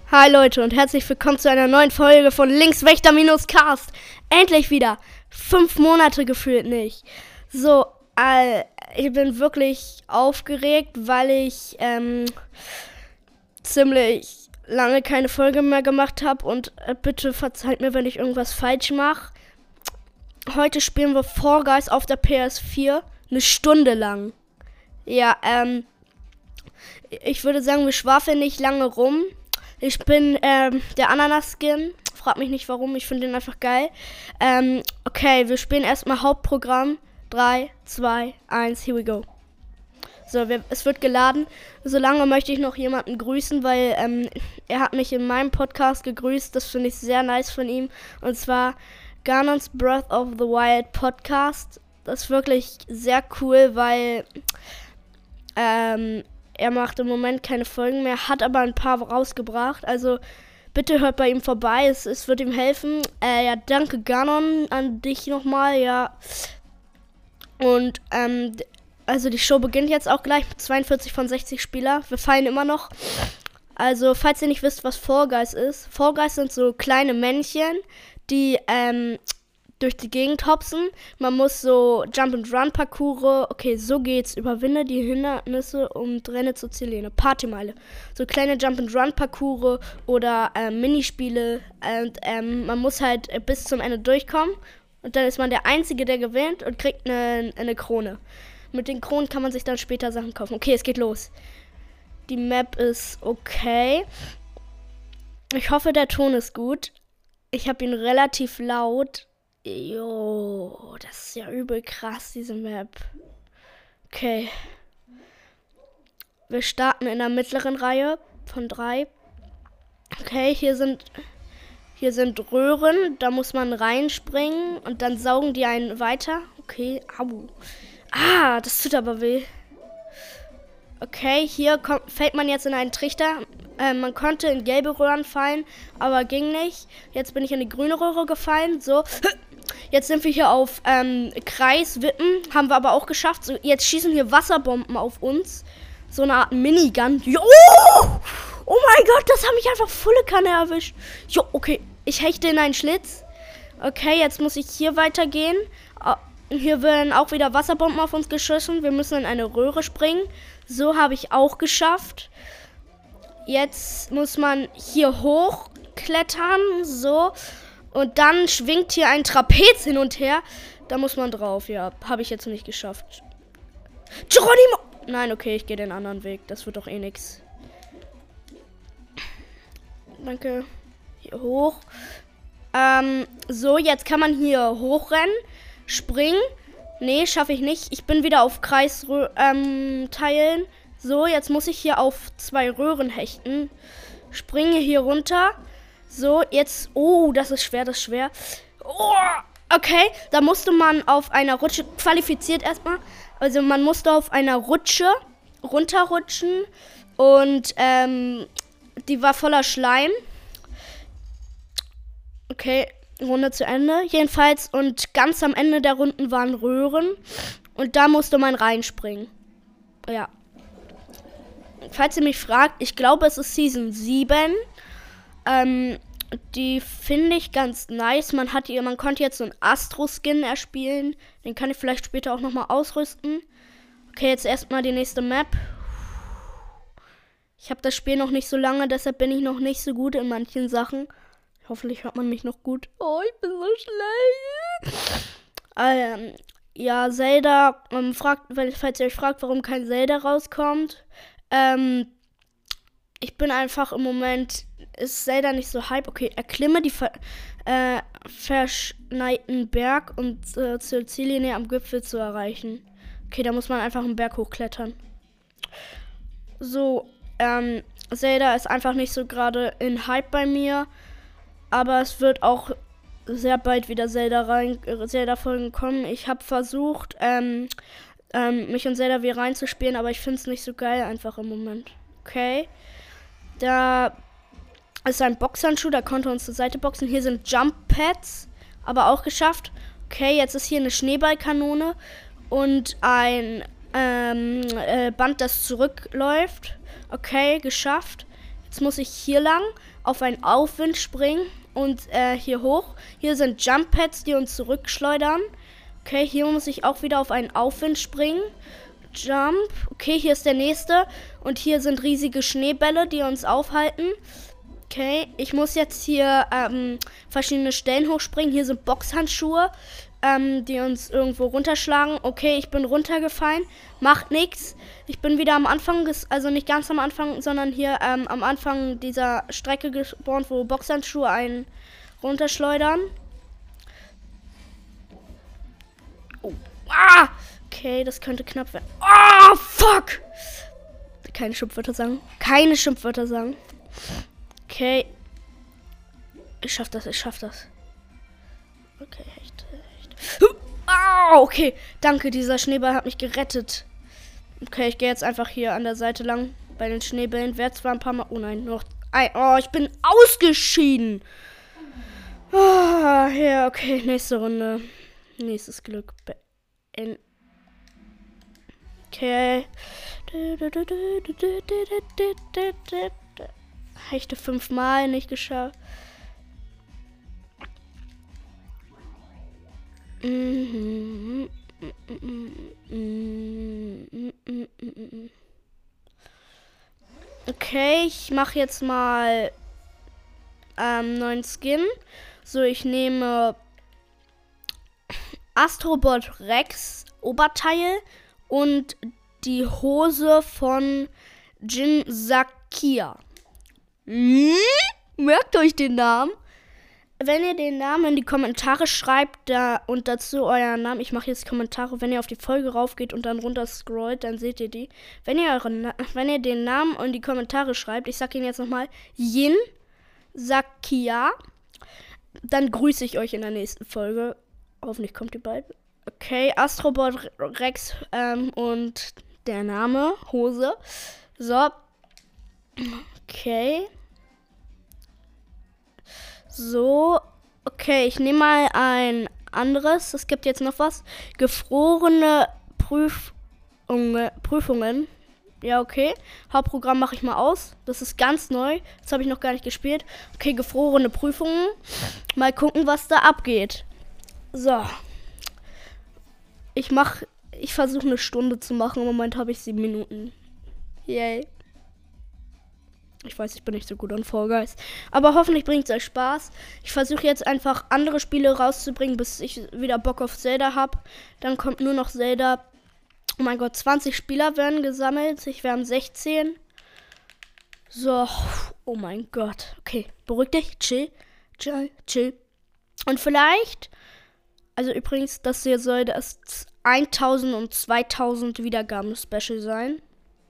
Hi Leute und herzlich willkommen zu einer neuen Folge von Linkswächter-Cast. Endlich wieder. 5 Monate gefühlt nicht. So, ich bin wirklich aufgeregt, weil ich ziemlich lange keine Folge mehr gemacht habe. Und bitte verzeiht mir, wenn ich irgendwas falsch mache. Heute spielen wir Fall Guys auf der PS4 eine Stunde lang. Ja, ich würde sagen, wir schwafeln nicht lange rum. Ich bin der Ananas-Skin. Frag mich nicht warum, ich finde den einfach geil. Okay, wir spielen erstmal Hauptprogramm. 3, 2, 1, here we go. So, es wird geladen. Solange möchte ich noch jemanden grüßen, weil er hat mich in meinem Podcast gegrüßt. Das finde ich sehr nice von ihm. Und zwar Ganons Breath of the Wild Podcast. Das ist wirklich sehr cool, weil er macht im Moment keine Folgen mehr, hat aber ein paar rausgebracht. Also bitte hört bei ihm vorbei, es wird ihm helfen. Ja, danke Ganon an dich nochmal, ja. Und also die Show beginnt jetzt auch gleich mit 42 von 60 Spieler. Wir feiern immer noch. Also falls ihr nicht wisst, was Fall Guys ist. Fall Guys sind so kleine Männchen, die durch die Gegend hopsen. Man muss so Jump-and-Run-Parcours, okay, so geht's, überwinde die Hindernisse und renne zur Ziellinie. Partymeile. So kleine Jump-and-Run-Parcours oder Minispiele. Und man muss halt bis zum Ende durchkommen. Und dann ist man der Einzige, der gewinnt und kriegt eine Krone. Mit den Kronen kann man sich dann später Sachen kaufen. Okay, es geht los. Die Map ist okay. Ich hoffe, der Ton ist gut. Ich habe ihn relativ laut. Jo, das ist ja übel krass, diese Map. Okay. Wir starten in der mittleren Reihe von 3. Okay, hier sind Röhren, da muss man reinspringen und dann saugen die einen weiter. Okay, au. Ah, das tut aber weh. Okay, hier fällt man jetzt in einen Trichter. Man konnte in gelbe Röhren fallen, aber ging nicht. Jetzt bin ich in die grüne Röhre gefallen. So. Jetzt sind wir hier auf Kreiswippen. Haben wir aber auch geschafft. So, jetzt schießen hier Wasserbomben auf uns. So eine Art Minigun. Jo! Oh mein Gott, das hat mich einfach volle Kanne erwischt. Jo, okay. Ich hechte in einen Schlitz. Okay, jetzt muss ich hier weitergehen. Hier werden auch wieder Wasserbomben auf uns geschossen. Wir müssen in eine Röhre springen. So habe ich auch geschafft. Jetzt muss man hier hochklettern. So. Und dann schwingt hier ein Trapez hin und her. Da muss man drauf. Ja, habe ich jetzt nicht geschafft. Geronimo! Nein, okay, ich gehe den anderen Weg. Das wird doch eh nix. Danke. Hier hoch. So, jetzt kann man hier hochrennen. Springen. Nee, schaffe ich nicht. Ich bin wieder auf Kreisteilen. So, jetzt muss ich hier auf 2 Röhren hechten. Springe hier runter. So, jetzt... Oh, das ist schwer, das ist schwer. Oh, okay, da musste man auf einer Rutsche... Qualifiziert erstmal. Also man musste auf einer Rutsche runterrutschen. Und die war voller Schleim. Okay, Runde zu Ende. Jedenfalls, und ganz am Ende der Runden waren Röhren. Und da musste man reinspringen. Ja. Falls ihr mich fragt, ich glaube, es ist Season 7. Die finde ich ganz nice. Man konnte jetzt so einen Astro-Skin erspielen. Den kann ich vielleicht später auch nochmal ausrüsten. Okay, jetzt erstmal die nächste Map. Ich habe das Spiel noch nicht so lange, deshalb bin ich noch nicht so gut in manchen Sachen. Hoffentlich hört man mich noch gut. Oh, ich bin so schlecht. Ja, Zelda, falls ihr euch fragt, warum kein Zelda rauskommt. Ich bin einfach im Moment, ist Zelda nicht so hype. Okay, erklimme die verschneiten Berg, um zur Ziellinie am Gipfel zu erreichen. Okay, da muss man einfach einen Berg hochklettern. So, Zelda ist einfach nicht so gerade in Hype bei mir. Aber es wird auch sehr bald wieder Zelda-Folgen kommen. Ich habe versucht, mich in Zelda wieder reinzuspielen, aber ich finde es nicht so geil einfach im Moment. Okay. Da ist ein Boxhandschuh, da konnte uns zur Seite boxen. Hier sind Jump-Pads, aber auch geschafft. Okay, jetzt ist hier eine Schneeballkanone und ein Band, das zurückläuft. Okay, geschafft. Jetzt muss ich hier lang auf einen Aufwind springen und hier hoch. Hier sind Jump Pads, die uns zurückschleudern. Okay, hier muss ich auch wieder auf einen Aufwind springen. Jump. Okay, hier ist der nächste. Und hier sind riesige Schneebälle, die uns aufhalten. Okay, ich muss jetzt hier verschiedene Stellen hochspringen. Hier sind Boxhandschuhe, die uns irgendwo runterschlagen. Okay, ich bin runtergefallen. Macht nichts. Ich bin wieder am Anfang, also nicht ganz am Anfang, sondern hier am Anfang dieser Strecke gespawnt, wo Boxhandschuhe einen runterschleudern. Oh. Ah! Okay, das könnte knapp werden. Oh, fuck! Keine Schimpfwörter sagen. Keine Schimpfwörter sagen. Okay. Ich schaff das, ich schaff das. Okay, echt. Oh, okay. Danke, dieser Schneeball hat mich gerettet. Okay, ich gehe jetzt einfach hier an der Seite lang bei den Schneebällen. Werde zwar ein paar Mal... Oh nein, noch ein... Oh, ich bin ausgeschieden. Oh, ja, okay, nächste Runde. Nächstes Glück. Okay. Hechte 5-mal nicht geschafft. Okay, ich mache jetzt mal neuen Skin. So, ich nehme Astrobot Rex Oberteil und die Hose von Jin Sakia. Merkt euch den Namen. Wenn ihr den Namen in die Kommentare schreibt und dazu euren Namen, ich mache jetzt Kommentare, wenn ihr auf die Folge raufgeht und dann runter scrollt, dann seht ihr die. Wenn ihr den Namen in die Kommentare schreibt, ich sage ihn jetzt nochmal, Jin Sakia, dann grüße ich euch in der nächsten Folge. Hoffentlich kommt ihr bald. Okay, Astrobot Rex und der Name, Hose. So. Okay. So. Okay, ich nehme mal ein anderes. Es gibt jetzt noch was. Gefrorene Prüfungen. Ja, okay. Hauptprogramm mache ich mal aus. Das ist ganz neu. Das habe ich noch gar nicht gespielt. Okay, gefrorene Prüfungen. Mal gucken, was da abgeht. So. Ich versuche eine Stunde zu machen. Im Moment habe ich 7 Minuten. Yay. Ich weiß, ich bin nicht so gut an Fall Guys. Aber hoffentlich bringt es euch Spaß. Ich versuche jetzt einfach andere Spiele rauszubringen, bis ich wieder Bock auf Zelda habe. Dann kommt nur noch Zelda. Oh mein Gott, 20 Spieler werden gesammelt. Wir haben 16. So. Oh mein Gott. Okay, beruhig dich. Chill. Chill. Chill. Und vielleicht... Also übrigens, das hier soll das 1000 und 2000 Wiedergaben-Special sein.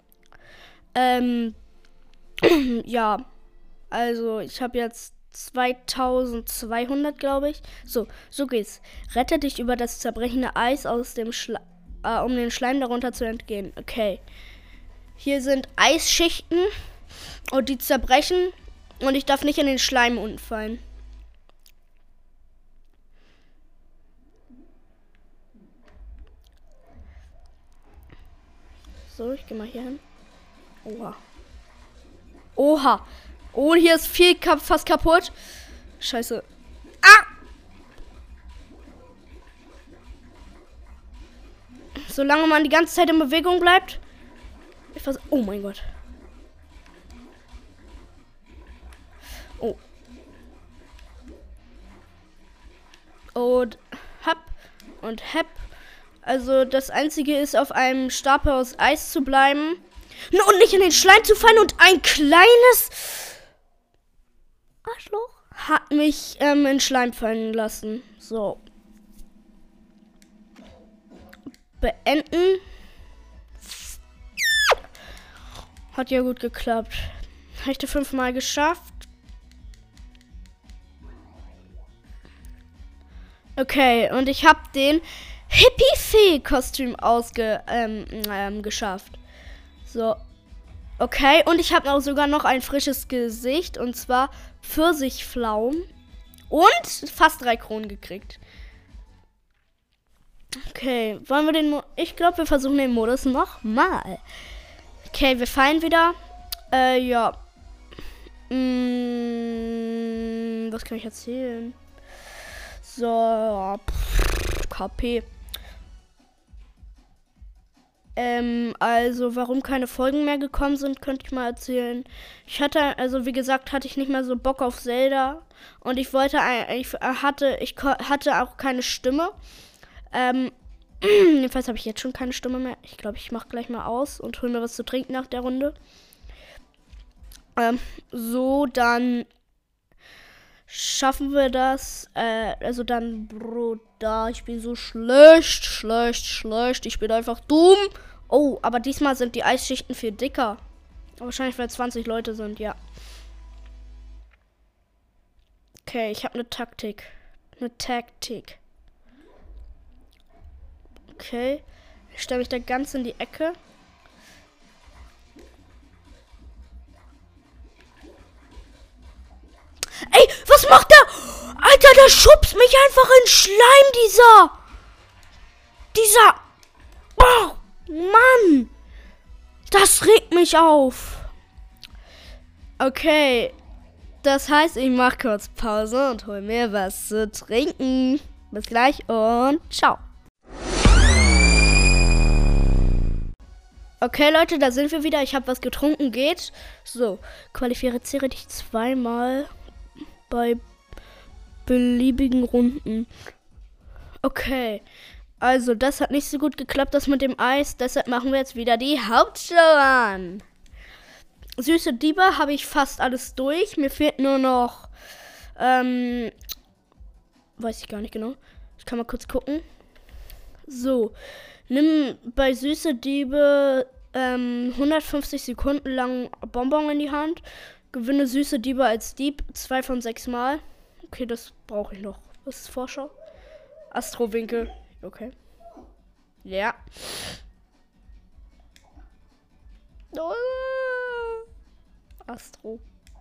Ja, also ich habe jetzt 2200, glaube ich. So geht's. Rette dich über das zerbrechende Eis aus dem um den Schleim darunter zu entgehen. Okay. Hier sind Eisschichten und die zerbrechen und ich darf nicht in den Schleim unten fallen. So, ich gehe mal hier hin. Oha. Oha. Oh, hier ist viel fast kaputt. Scheiße. Ah! Solange man die ganze Zeit in Bewegung bleibt. Oh mein Gott. Oh. Und hopp. Und hopp. Also das Einzige ist, auf einem Stapel aus Eis zu bleiben. Und nicht in den Schleim zu fallen. Und ein kleines Arschloch hat mich in den Schleim fallen lassen. So. Beenden. Hat ja gut geklappt. Hechte 5-mal geschafft. Okay, und ich habe den Hippie-Fee-Kostüm geschafft. So. Okay, und ich habe auch sogar noch ein frisches Gesicht. Und zwar Pfirsichflaum. Und fast 3 Kronen gekriegt. Okay, wollen wir den ich glaube, wir versuchen den Modus nochmal. Okay, wir fallen wieder. Ja. Was kann ich erzählen? So, KP. Also, warum keine Folgen mehr gekommen sind, könnte ich mal erzählen. Ich hatte, also wie gesagt, hatte ich nicht mehr so Bock auf Zelda. Und ich wollte, ich hatte auch keine Stimme. Jedenfalls habe ich jetzt schon keine Stimme mehr. Ich glaube, ich mache gleich mal aus und hole mir was zu trinken nach der Runde. So, dann schaffen wir das. Also dann, Bruder, ich bin so schlecht. Ich bin einfach dumm. Oh, aber diesmal sind die Eisschichten viel dicker. Wahrscheinlich, weil 20 Leute sind, ja. Okay, ich habe eine Taktik. Okay. Ich stelle mich da ganz in die Ecke. Ey, was macht der? Alter, der schubst mich einfach in Schleim, dieser. Oh, Mann. Das regt mich auf. Okay. Das heißt, ich mache kurz Pause und hol mir was zu trinken. Bis gleich und ciao. Okay, Leute, da sind wir wieder. Ich habe was getrunken, geht. So, qualifiziere dich zweimal bei beliebigen Runden. Okay, also das hat nicht so gut geklappt, das mit dem Eis. Deshalb machen wir jetzt wieder die Hauptshow an. Süße Diebe habe ich fast alles durch. Mir fehlt nur noch, weiß ich gar nicht genau. Ich kann mal kurz gucken. So, nimm bei Süße Diebe 150 Sekunden lang Bonbon in die Hand. Gewinne Süße Diebe als Dieb 2 von 6 Mal. Okay, das brauche ich noch. Was ist Vorschau? Astrowinkel. Okay. Ja. Oh. Astro.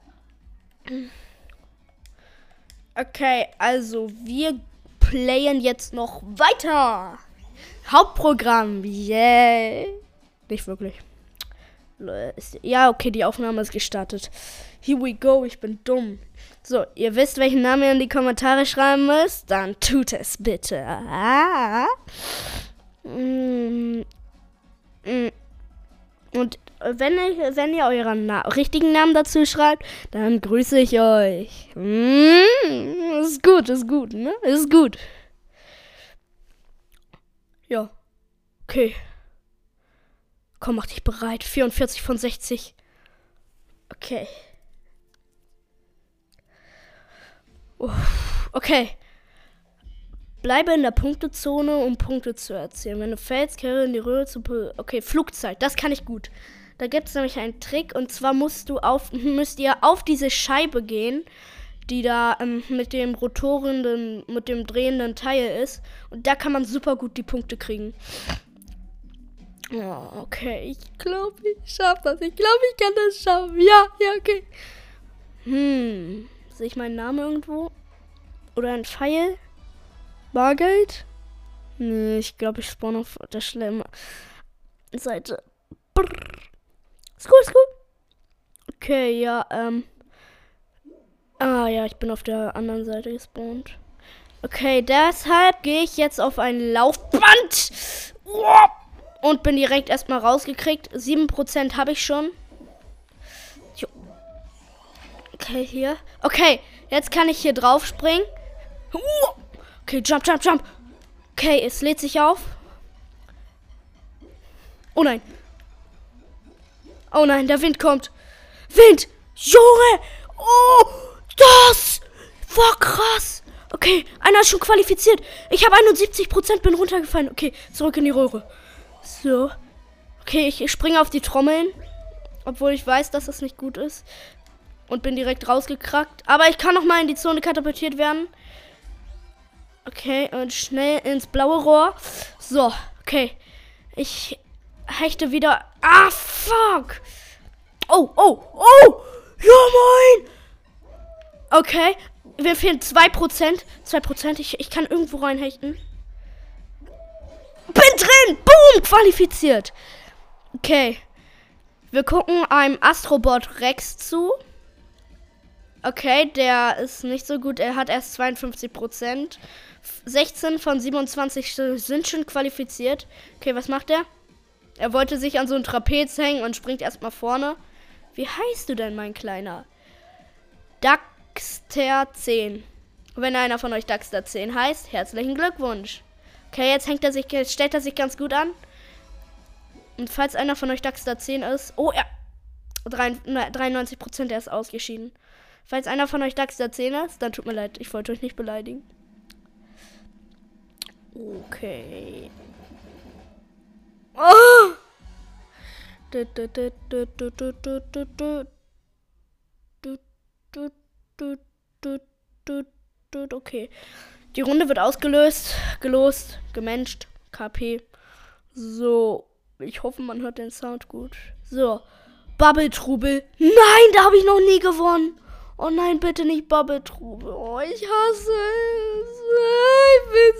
Okay, also wir playen jetzt noch weiter. Hauptprogramm. Yeah. Nicht wirklich. Ja, okay, die Aufnahme ist gestartet. Here we go, ich bin dumm. So, ihr wisst, welchen Namen ihr in die Kommentare schreiben müsst? Dann tut es bitte. Und wenn ihr euren richtigen Namen dazu schreibt, dann grüße ich euch. Ist gut, ne? Ist gut. Ja. Okay. Komm, mach dich bereit. 44 von 60. Okay. Okay. Bleibe in der Punktezone, um Punkte zu erzielen. Wenn du fällst, kehre in die Röhre zu... Okay, Flugzeit. Das kann ich gut. Da gibt es nämlich einen Trick. Und zwar müsst ihr auf diese Scheibe gehen, die da mit dem mit dem drehenden Teil ist. Und da kann man super gut die Punkte kriegen. Oh, okay, ich glaube, ich schaffe das. Ich glaube, ich kann das schaffen. Ja, okay. Sehe ich meinen Namen irgendwo? Oder ein Pfeil? Bargeld? Nee, ich glaube, ich spawn auf der schlimmen Seite. Brrr. Ist gut. Okay, ja, ja, ich bin auf der anderen Seite gespawnt. Okay, deshalb gehe ich jetzt auf ein Laufband. Und bin direkt erstmal rausgekriegt. 7% habe ich schon. Okay, hier. Okay, jetzt kann ich hier drauf springen. Okay, jump. Okay, es lädt sich auf. Oh nein, der Wind kommt. Wind! Junge! Oh, das war krass. Okay, einer ist schon qualifiziert. Ich habe 71%, bin runtergefallen. Okay, zurück in die Röhre. So. Okay, ich springe auf die Trommeln. Obwohl ich weiß, dass das nicht gut ist. Und bin direkt rausgekrackt. Aber ich kann noch mal in die Zone katapultiert werden. Okay, und schnell ins blaue Rohr. So, okay. Ich hechte wieder. Ah, fuck. Oh. Ja, moin. Okay, mir fehlen 2%. 2%. Ich kann irgendwo reinhechten. Bin drin. Boom, qualifiziert. Okay. Wir gucken einem Astrobot Rex zu. Okay, der ist nicht so gut. Er hat erst 52%. 16 von 27 sind schon qualifiziert. Okay, was macht er? Er wollte sich an so ein Trapez hängen und springt erstmal vorne. Wie heißt du denn, mein Kleiner? Daxter 10. Wenn einer von euch Daxter 10 heißt, herzlichen Glückwunsch. Okay, jetzt stellt er sich ganz gut an. Und falls einer von euch Daxter 10 ist... Oh, ja. 93%, er ist ausgeschieden. Falls einer von euch Daxter 10 ist, dann tut mir leid. Ich wollte euch nicht beleidigen. Okay. Oh! Okay. Die Runde wird ausgelöst, gelost, gemencht, KP. So. Ich hoffe, man hört den Sound gut. So. Bubble Trubel. Nein, da habe ich noch nie gewonnen. Oh nein, bitte nicht Bubble Trubel. Oh, ich hasse es. Ich will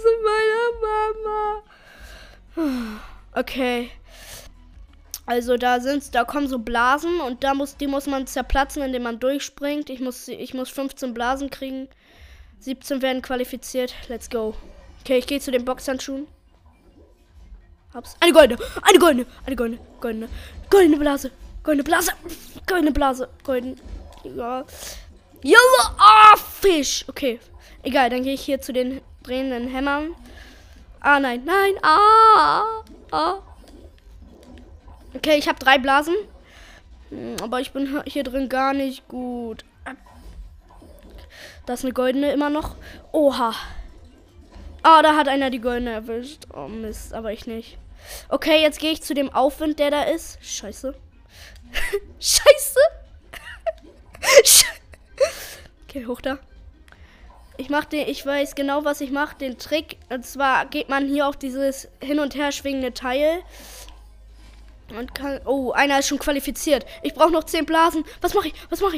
zu meiner Mama. Okay. Also da kommen so Blasen und die muss man zerplatzen, indem man durchspringt. Ich muss 15 Blasen kriegen. 17 werden qualifiziert. Let's go. Okay, ich gehe zu den Boxhandschuhen. Hab's. Eine goldene Blase. Goldene Blase. Ja. Yellow Fisch. Okay. Egal, dann gehe ich hier zu den drehenden Hämmern. Ah, nein. Okay, ich habe 3 Blasen. Aber ich bin hier drin gar nicht gut. Da ist eine goldene immer noch. Oha. Ah, da hat einer die goldene erwischt. Oh Mist, aber ich nicht. Okay, jetzt gehe ich zu dem Aufwind, der da ist. Scheiße. Okay, hoch da. Ich weiß genau, was ich mache. Den Trick. Und zwar geht man hier auf dieses hin und her schwingende Teil. Und kann. Oh, einer ist schon qualifiziert. Ich brauche noch 10 Blasen. Was mache ich?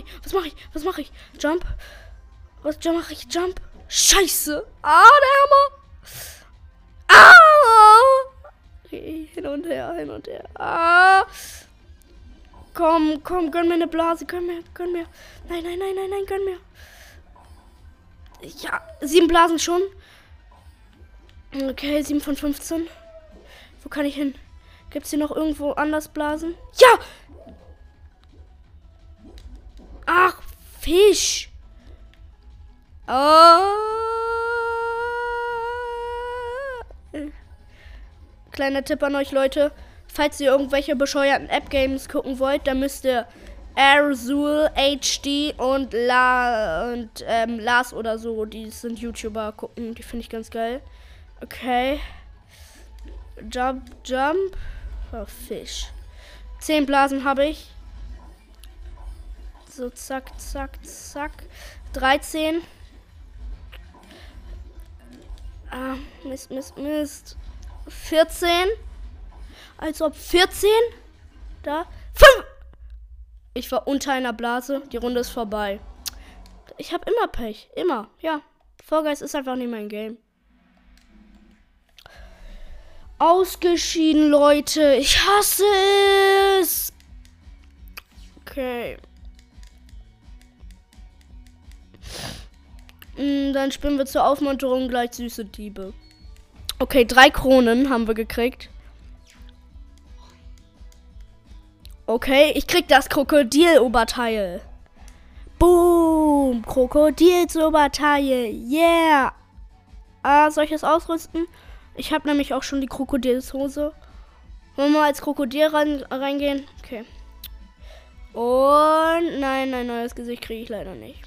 Jump. Was mache ich? Jump. Scheiße. Ah, der Hammer. Ah. Okay, hin und her. Ah. Komm, gönn mir eine Blase. Gönn mir. Nein, gönn mir. Ja, 7 Blasen schon. Okay, 7 von 15. Wo kann ich hin? Gibt's hier noch irgendwo anders Blasen? Ja! Ach, Fisch. Oh. Kleiner Tipp an euch, Leute. Falls ihr irgendwelche bescheuerten App-Games gucken wollt, dann müsst ihr Airzool, HD und Lars oder so. Die sind YouTuber. Gucken, die finde ich ganz geil. Okay. Jump. Oh, Fisch. 10 Blasen habe ich. So, zack. 13. Ah, Mist. 14. Als ob 14. Da. 5. Ich war unter einer Blase. Die Runde ist vorbei. Ich habe immer Pech. Immer. Ja. Fall Guys ist einfach nicht mein Game. Ausgeschieden, Leute. Ich hasse es. Okay. Dann spielen wir zur Aufmunterung gleich süße Diebe. Okay, 3 Kronen haben wir gekriegt. Okay, ich krieg das Krokodiloberteil. Boom, Krokodilsoberteil. Yeah. Soll ich das ausrüsten? Ich habe nämlich auch schon die Krokodilshose. Wollen wir mal als Krokodil reingehen? Okay. Und nein, das Gesicht kriege ich leider nicht.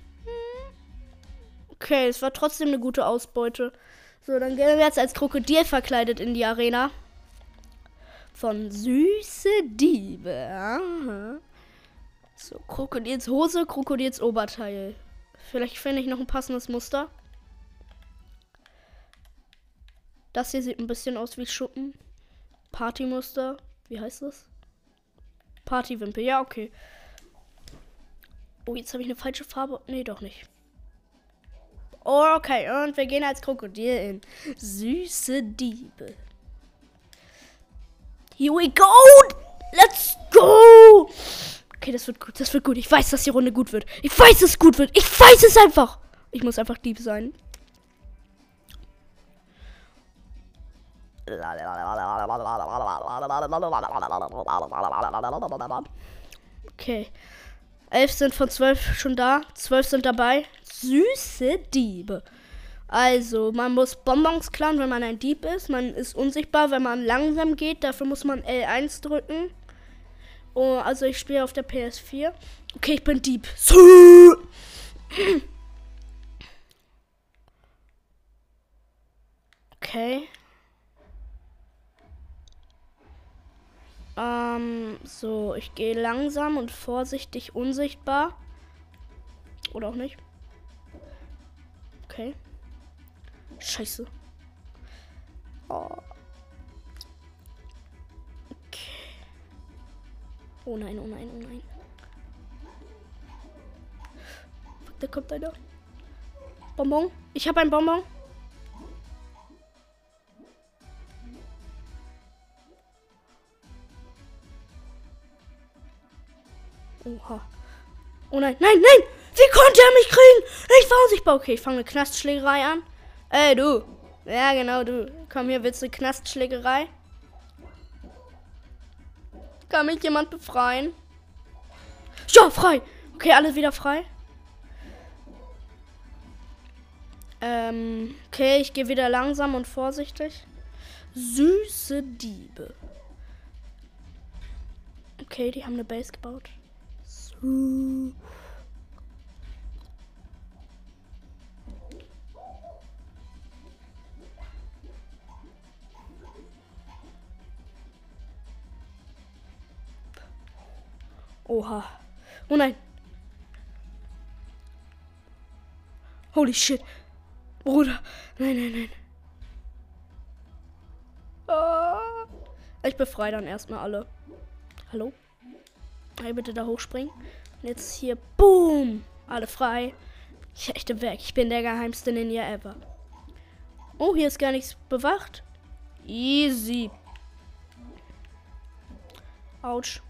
Okay, es war trotzdem eine gute Ausbeute. So, dann gehen wir jetzt als Krokodil verkleidet in die Arena. Von süße Diebe. Aha. So, Krokodilshose, Krokodilsoberteil. Vielleicht finde ich noch ein passendes Muster. Das hier sieht ein bisschen aus wie Schuppen. Partymuster. Wie heißt das? Partywimpel. Ja, okay. Oh, jetzt habe ich eine falsche Farbe. Nee, doch nicht. Okay, und wir gehen als Krokodil in süße Diebe. Here we go! Let's go! Okay, das wird gut. Das wird gut. Ich weiß, dass die Runde gut wird. Ich weiß, dass es gut wird. Ich weiß es einfach. Ich muss einfach Dieb sein. Okay. 11 sind von 12 schon da. 12 sind dabei. Süße Diebe. Also, man muss Bonbons klauen, wenn man ein Dieb ist. Man ist unsichtbar, wenn man langsam geht. Dafür muss man L1 drücken. Oh, also ich spiele auf der PS4. Okay, ich bin Dieb. Okay. So, ich gehe langsam und vorsichtig unsichtbar. Oder auch nicht. Okay. Scheiße. Oh. Okay. Oh nein, oh nein, oh nein. Fuck, da kommt einer. Bonbon. Ich habe ein Bonbon. Oha. Oh nein, nein, nein! Wie konnte er mich kriegen? Ich war unsichtbar. Okay, ich fange eine Knastschlägerei an. Ey, du. Ja, genau, du. Komm hier, willst du eine Knastschlägerei? Kann mich jemand befreien? Ja, frei. Okay, alles wieder frei. Okay, ich gehe wieder langsam und vorsichtig. Süße Diebe. Okay, die haben eine Base gebaut. So. Oha. Oh nein. Holy shit. Bruder. Nein, nein, nein. Oh. Ich befreie dann erstmal alle. Hallo? Hey, bitte da hochspringen. Und jetzt hier. Boom. Alle frei. Ich bin weg. Ich bin der geheimste Ninja ever. Oh, hier ist gar nichts bewacht. Easy. Autsch.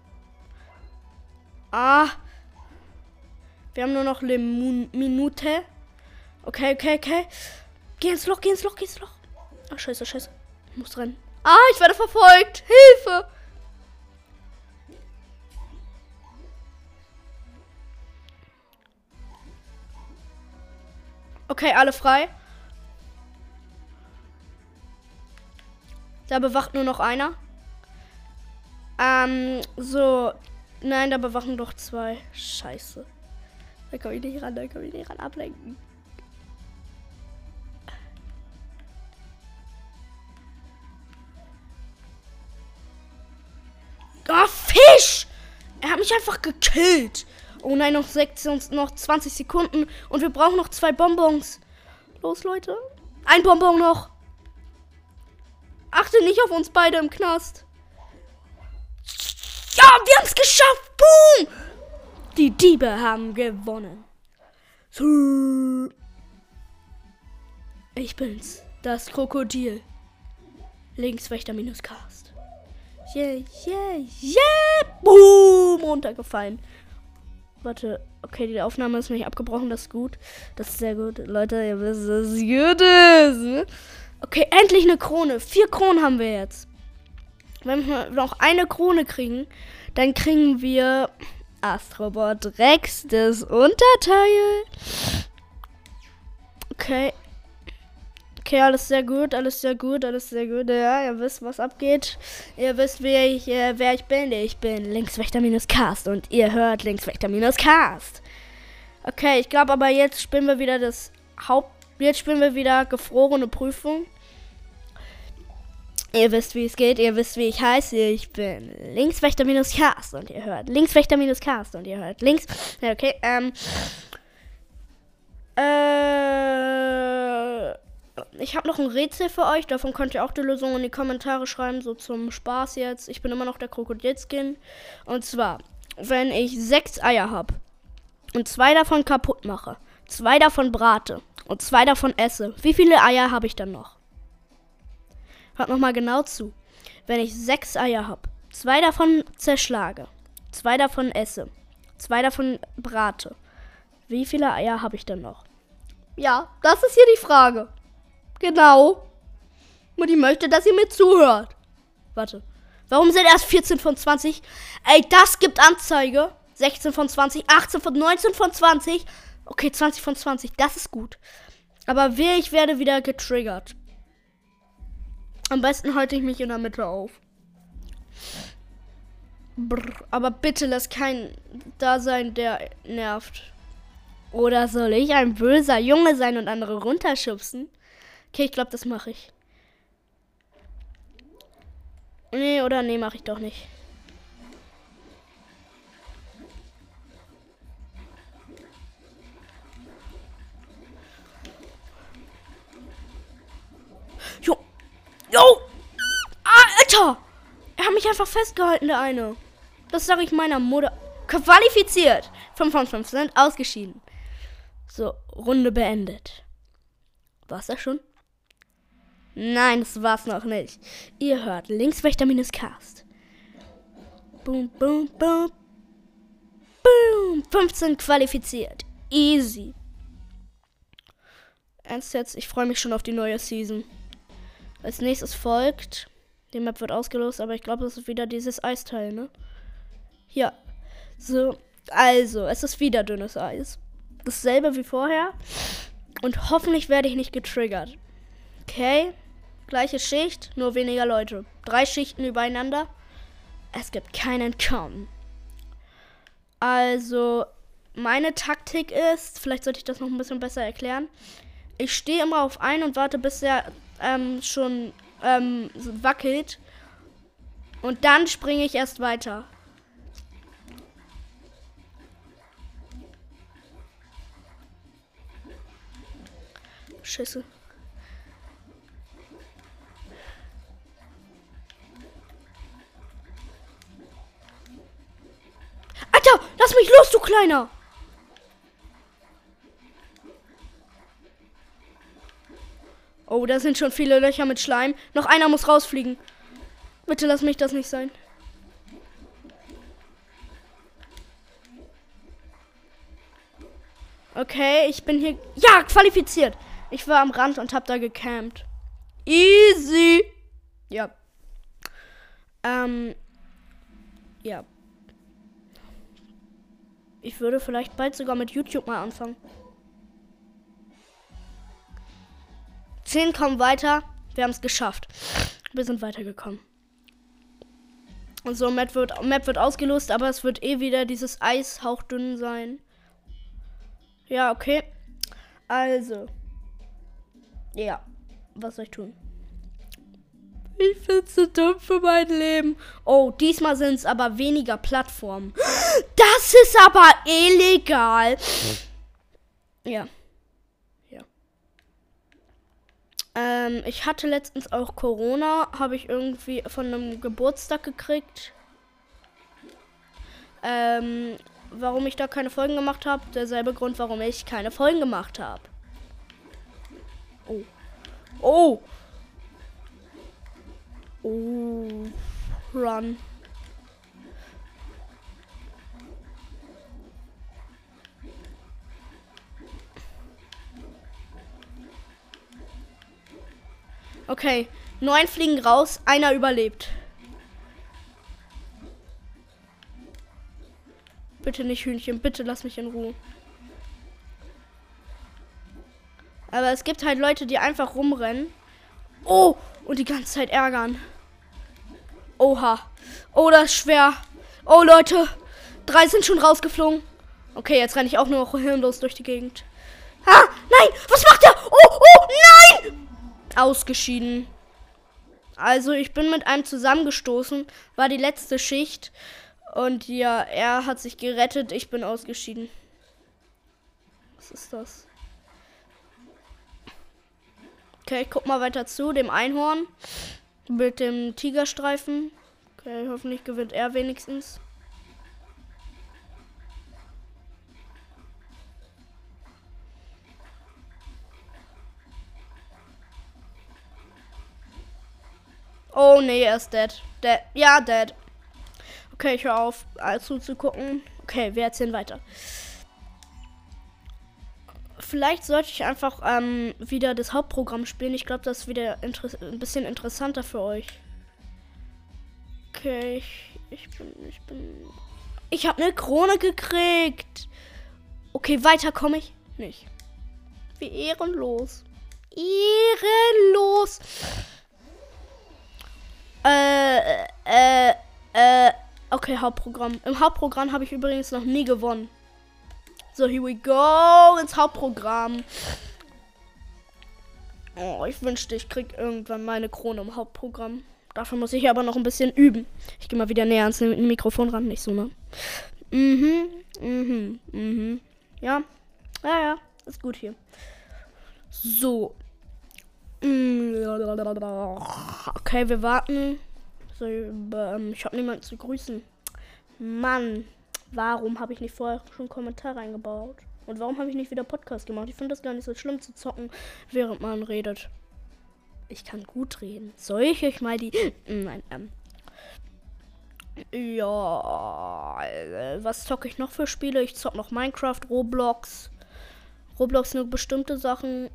Ah. Wir haben nur noch eine Minute. Okay, okay, okay. Geh ins Loch, geh ins Loch, geh ins Loch. Ach, scheiße, scheiße. Ich muss rennen. Ah, ich werde verfolgt. Hilfe. Okay, alle frei. Da bewacht nur noch einer. So. Nein, da bewachen doch zwei. Scheiße. Da komme ich nicht ran, da komme ich nicht ran. Ablenken. Oh, Fisch! Er hat mich einfach gekillt. Oh nein, noch 20 Sekunden. Und wir brauchen noch 2 Bonbons. Los, Leute. Ein Bonbon noch. Achte nicht auf uns beide im Knast. Ja, wir haben es geschafft. Boom! Die Diebe haben gewonnen. Ich bin's. Das Krokodil. Linkswächter Cast. Yeah, yeah, yeah. Boom! Runtergefallen. Warte. Okay, die Aufnahme ist nicht abgebrochen. Das ist gut. Das ist sehr gut. Leute, ihr wisst, dass es gut ist. Okay, endlich eine Krone. 4 Kronen haben wir jetzt. Wenn wir noch eine Krone kriegen, dann kriegen wir Astrobot Rex, das Unterteil. Okay. Okay, alles sehr gut, alles sehr gut, alles sehr gut. Ja, ihr wisst, was abgeht. Ihr wisst, wer ich bin. Ich bin Linkswächter Cast und ihr hört Linkswächter Cast. Okay, ich glaube aber jetzt spielen wir wieder Jetzt spielen wir wieder gefrorene Prüfung. Ihr wisst, wie es geht. Ihr wisst, wie ich heiße. Ich bin Linkswächter Cast und ihr hört Linkswächter Cast und ihr hört links. Ja, okay, ich habe noch ein Rätsel für euch. Davon könnt ihr auch die Lösung in die Kommentare schreiben. So zum Spaß jetzt. Ich bin immer noch der Krokodilskin. Und zwar, wenn ich 6 Eier habe und 2 davon kaputt mache, 2 davon brate und 2 davon esse, wie viele Eier habe ich dann noch? Hört nochmal genau zu. Wenn ich 6 Eier habe, 2 davon zerschlage 2 davon esse. 2 davon brate. Wie viele Eier habe ich denn noch? Ja, das ist hier die Frage. Genau. Mutti möchte, dass ihr mir zuhört. Warte. Warum sind erst 14 von 20? Ey, das gibt Anzeige. 16 von 20, 18 von 19 von 20. Okay, 20 von 20. Das ist gut. Aber ich werde wieder getriggert. Am besten halte ich mich in der Mitte auf. Brr, aber bitte lass kein da sein, der nervt. Oder soll ich ein böser Junge sein und andere runterschubsen? Okay, ich glaube, das mache ich. Nee, mache ich doch nicht. Jo! Alter! Er hat mich einfach festgehalten, der eine. Das sage ich meiner Mutter. Qualifiziert. 5 von 5 sind ausgeschieden. So, Runde beendet. War's das schon? Nein, das war's noch nicht. Ihr hört Linkswächter-Cast. Boom, boom, boom. Boom. 15 qualifiziert. Easy. Ernst jetzt, ich freue mich schon auf die neue Season. Als nächstes folgt. Die Map wird ausgelost, aber ich glaube, das ist wieder dieses Eisteil, ne? Ja. So, also, es ist wieder dünnes Eis. Dasselbe wie vorher. Und hoffentlich werde ich nicht getriggert. Okay. Gleiche Schicht, nur weniger Leute. 3 Schichten übereinander. Es gibt kein Entkommen. Also, meine Taktik ist, vielleicht sollte ich das noch ein bisschen besser erklären. Ich stehe immer auf einen und warte, bis er schon wackelt. Und dann springe ich erst weiter. Scheiße. Alter, lass mich los, du Kleiner! Oh, da sind schon viele Löcher mit Schleim. Noch einer muss rausfliegen. Bitte lass mich das nicht sein. Okay, ich bin hier... Ja, qualifiziert. Ich war am Rand und hab da gecampt. Easy. Ja. Ja. Ich würde vielleicht bald sogar mit YouTube mal anfangen. 10 kommen weiter. Wir haben es geschafft. Wir sind weitergekommen. Und so, Map wird ausgelost, aber es wird eh wieder dieses Eis hauchdünn sein. Ja, okay. Also. Ja. Was soll ich tun? Ich find's so dumm für mein Leben. Oh, diesmal sind es aber weniger Plattformen. Das ist aber illegal. Ja. Ja. Ich hatte letztens auch Corona. Habe ich irgendwie von einem Geburtstag gekriegt. Warum ich da keine Folgen gemacht habe. Derselbe Grund, warum ich keine Folgen gemacht habe. Oh. Oh. Oh. Run. Okay. 9 fliegen raus. Einer überlebt. Bitte nicht Hühnchen. Bitte lass mich in Ruhe. Aber es gibt halt Leute, die einfach rumrennen. Oh! Und die ganze Zeit ärgern. Oha. Oh, das ist schwer. Oh, Leute. 3 sind schon rausgeflogen. Okay, jetzt renne ich auch nur noch hirnlos durch die Gegend. Ah, nein! Was macht er? Oh, nein! Ausgeschieden. Also, ich bin mit einem zusammengestoßen. War die letzte Schicht. Und ja, er hat sich gerettet. Ich bin ausgeschieden. Was ist das? Okay, ich guck mal weiter zu. Dem Einhorn. Mit dem Tigerstreifen. Okay, hoffentlich gewinnt er wenigstens. Oh nee, er ist dead. Ja, dead. Okay, ich höre auf, zuzugucken. Okay, wir erzählen weiter. Vielleicht sollte ich einfach wieder das Hauptprogramm spielen. Ich glaube, das ist wieder ein bisschen interessanter für euch. Okay, ich habe eine Krone gekriegt. Okay, weiter komme ich nicht. Wie ehrenlos. Ehrenlos. Okay, Hauptprogramm. Im Hauptprogramm habe ich übrigens noch nie gewonnen. So, here we go ins Hauptprogramm. Oh, ich wünschte, ich krieg irgendwann meine Krone im Hauptprogramm. Dafür muss ich aber noch ein bisschen üben. Ich gehe mal wieder näher ans Mikrofon ran, nicht so, ne? Ja. Ja, ist gut hier. So. Okay, wir warten. So, ich habe niemanden zu grüßen. Mann, warum habe ich nicht vorher schon einen Kommentar reingebaut? Und warum habe ich nicht wieder Podcast gemacht? Ich finde das gar nicht so schlimm zu zocken, während man redet. Ich kann gut reden. Soll ich euch mal die... Nein, ja, was zocke ich noch für Spiele? Ich zocke noch Minecraft, Roblox. Roblox nur bestimmte Sachen.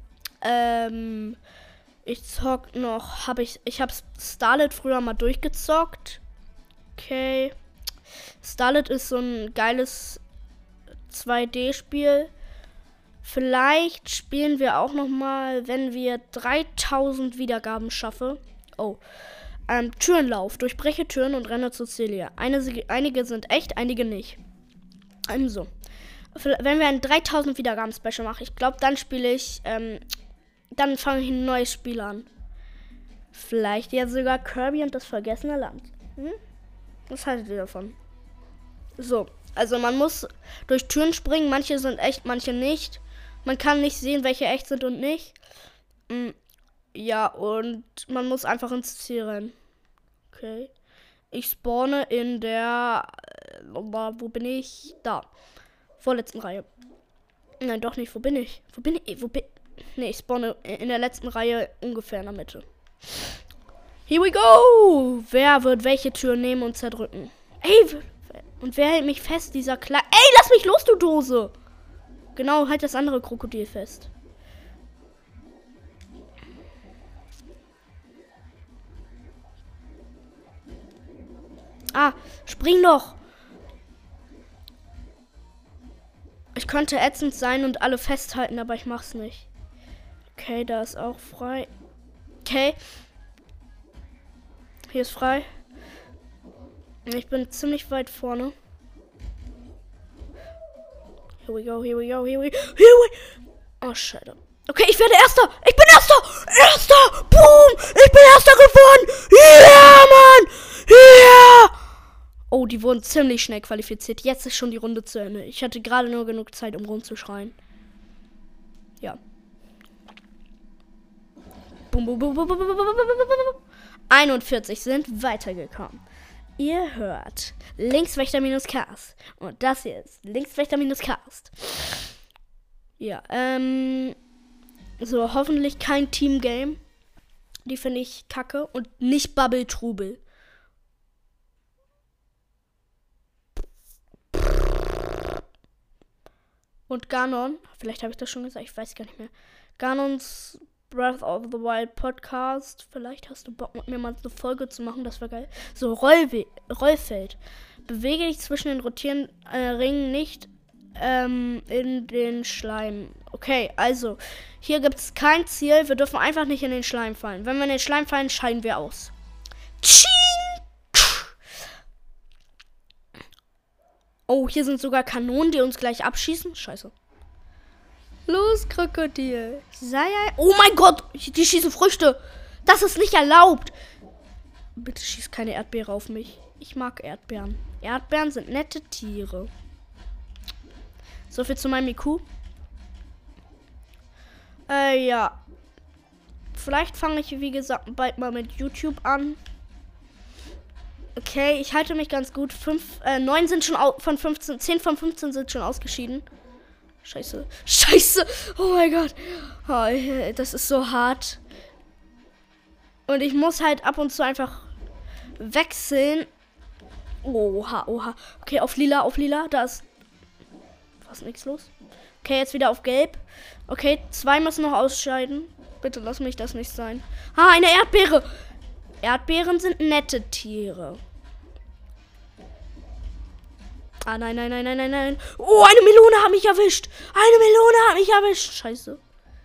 Ich zock noch, ich habe Starlet früher mal durchgezockt. Okay. Starlet ist so ein geiles 2D-Spiel. Vielleicht spielen wir auch noch mal, wenn wir 3000 Wiedergaben schaffen. Oh. Türenlauf. Durchbreche Türen und renne zu Celia. Einige sind echt, einige nicht. Also. Wenn wir ein 3000 Wiedergaben-Special machen, ich glaube, dann spiele ich, dann fange ich ein neues Spiel an. Vielleicht jetzt sogar Kirby und das vergessene Land. Was haltet ihr davon? So, also man muss durch Türen springen. Manche sind echt, manche nicht. Man kann nicht sehen, welche echt sind und nicht. Ja, und man muss einfach ins Ziel rennen. Okay. Ich spawne in der... wo bin ich? Da. Vorletzten Reihe. Nein, doch nicht. Wo bin ich? Ne, ich spawne in der letzten Reihe ungefähr in der Mitte. Here we go! Wer wird welche Tür nehmen und zerdrücken? Ey, und wer hält mich fest? Dieser kleine... Ey, lass mich los, du Dose! Genau, halt das andere Krokodil fest. Ah, spring doch! Ich könnte ätzend sein und alle festhalten, aber ich mach's nicht. Okay, da ist auch frei. Okay. Hier ist frei. Ich bin ziemlich weit vorne. Here we go, here we go, here we go. Oh, scheiße. Okay, ich werde Erster. Ich bin Erster. Erster. Boom. Ich bin Erster geworden. Ja, Mann. Ja. Oh, die wurden ziemlich schnell qualifiziert. Jetzt ist schon die Runde zu Ende. Ich hatte gerade nur genug Zeit, um rumzuschreien. Ja. 41 sind weitergekommen. Ihr hört Linkswächter-Cast. Und das hier ist Linkswächter-Cast. Ja, so, hoffentlich kein Team-Game. Die finde ich kacke. Und nicht Bubble-Trubel. Und Ganon, vielleicht habe ich das schon gesagt, ich weiß gar nicht mehr. Ganons Breath of the Wild Podcast. Vielleicht hast du Bock, mit mir mal eine Folge zu machen, das wäre geil. So, Rollfeld. Bewege dich zwischen den rotierenden Ringen nicht in den Schleim. Okay, also, hier gibt es kein Ziel. Wir dürfen einfach nicht in den Schleim fallen. Wenn wir in den Schleim fallen, scheiden wir aus. Tsching! Oh, hier sind sogar Kanonen, die uns gleich abschießen. Scheiße. Los, Krokodil. Oh mein Gott, die schießen Früchte. Das ist nicht erlaubt. Bitte schieß keine Erdbeere auf mich. Ich mag Erdbeeren. Erdbeeren sind nette Tiere. So viel zu meinem IQ. Ja. Vielleicht fange ich, wie gesagt, bald mal mit YouTube an. Okay, ich halte mich ganz gut. 9 sind schon von 15, 10 von 15 sind schon ausgeschieden. Scheiße. Scheiße! Oh mein Gott. Oh, das ist so hart. Und ich muss halt ab und zu einfach wechseln. Oha, oha. Okay, auf lila, auf lila. Da ist fast nichts los. Okay, jetzt wieder auf gelb. Okay, 2 müssen noch ausscheiden. Bitte lass mich das nicht sein. Ah, eine Erdbeere. Erdbeeren sind nette Tiere. Ah, nein, nein, nein, nein, nein, nein. Oh, eine Melone hat mich erwischt. Eine Melone hat mich erwischt. Scheiße.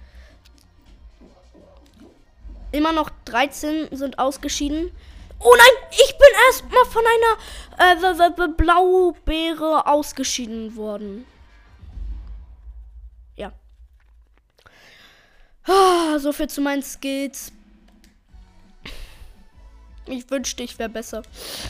Immer noch 13 sind ausgeschieden. Oh nein, ich bin erstmal von einer Blaubeere ausgeschieden worden. Ja. Ah, so viel zu meinen Skills. Ich wünschte, ich wäre besser.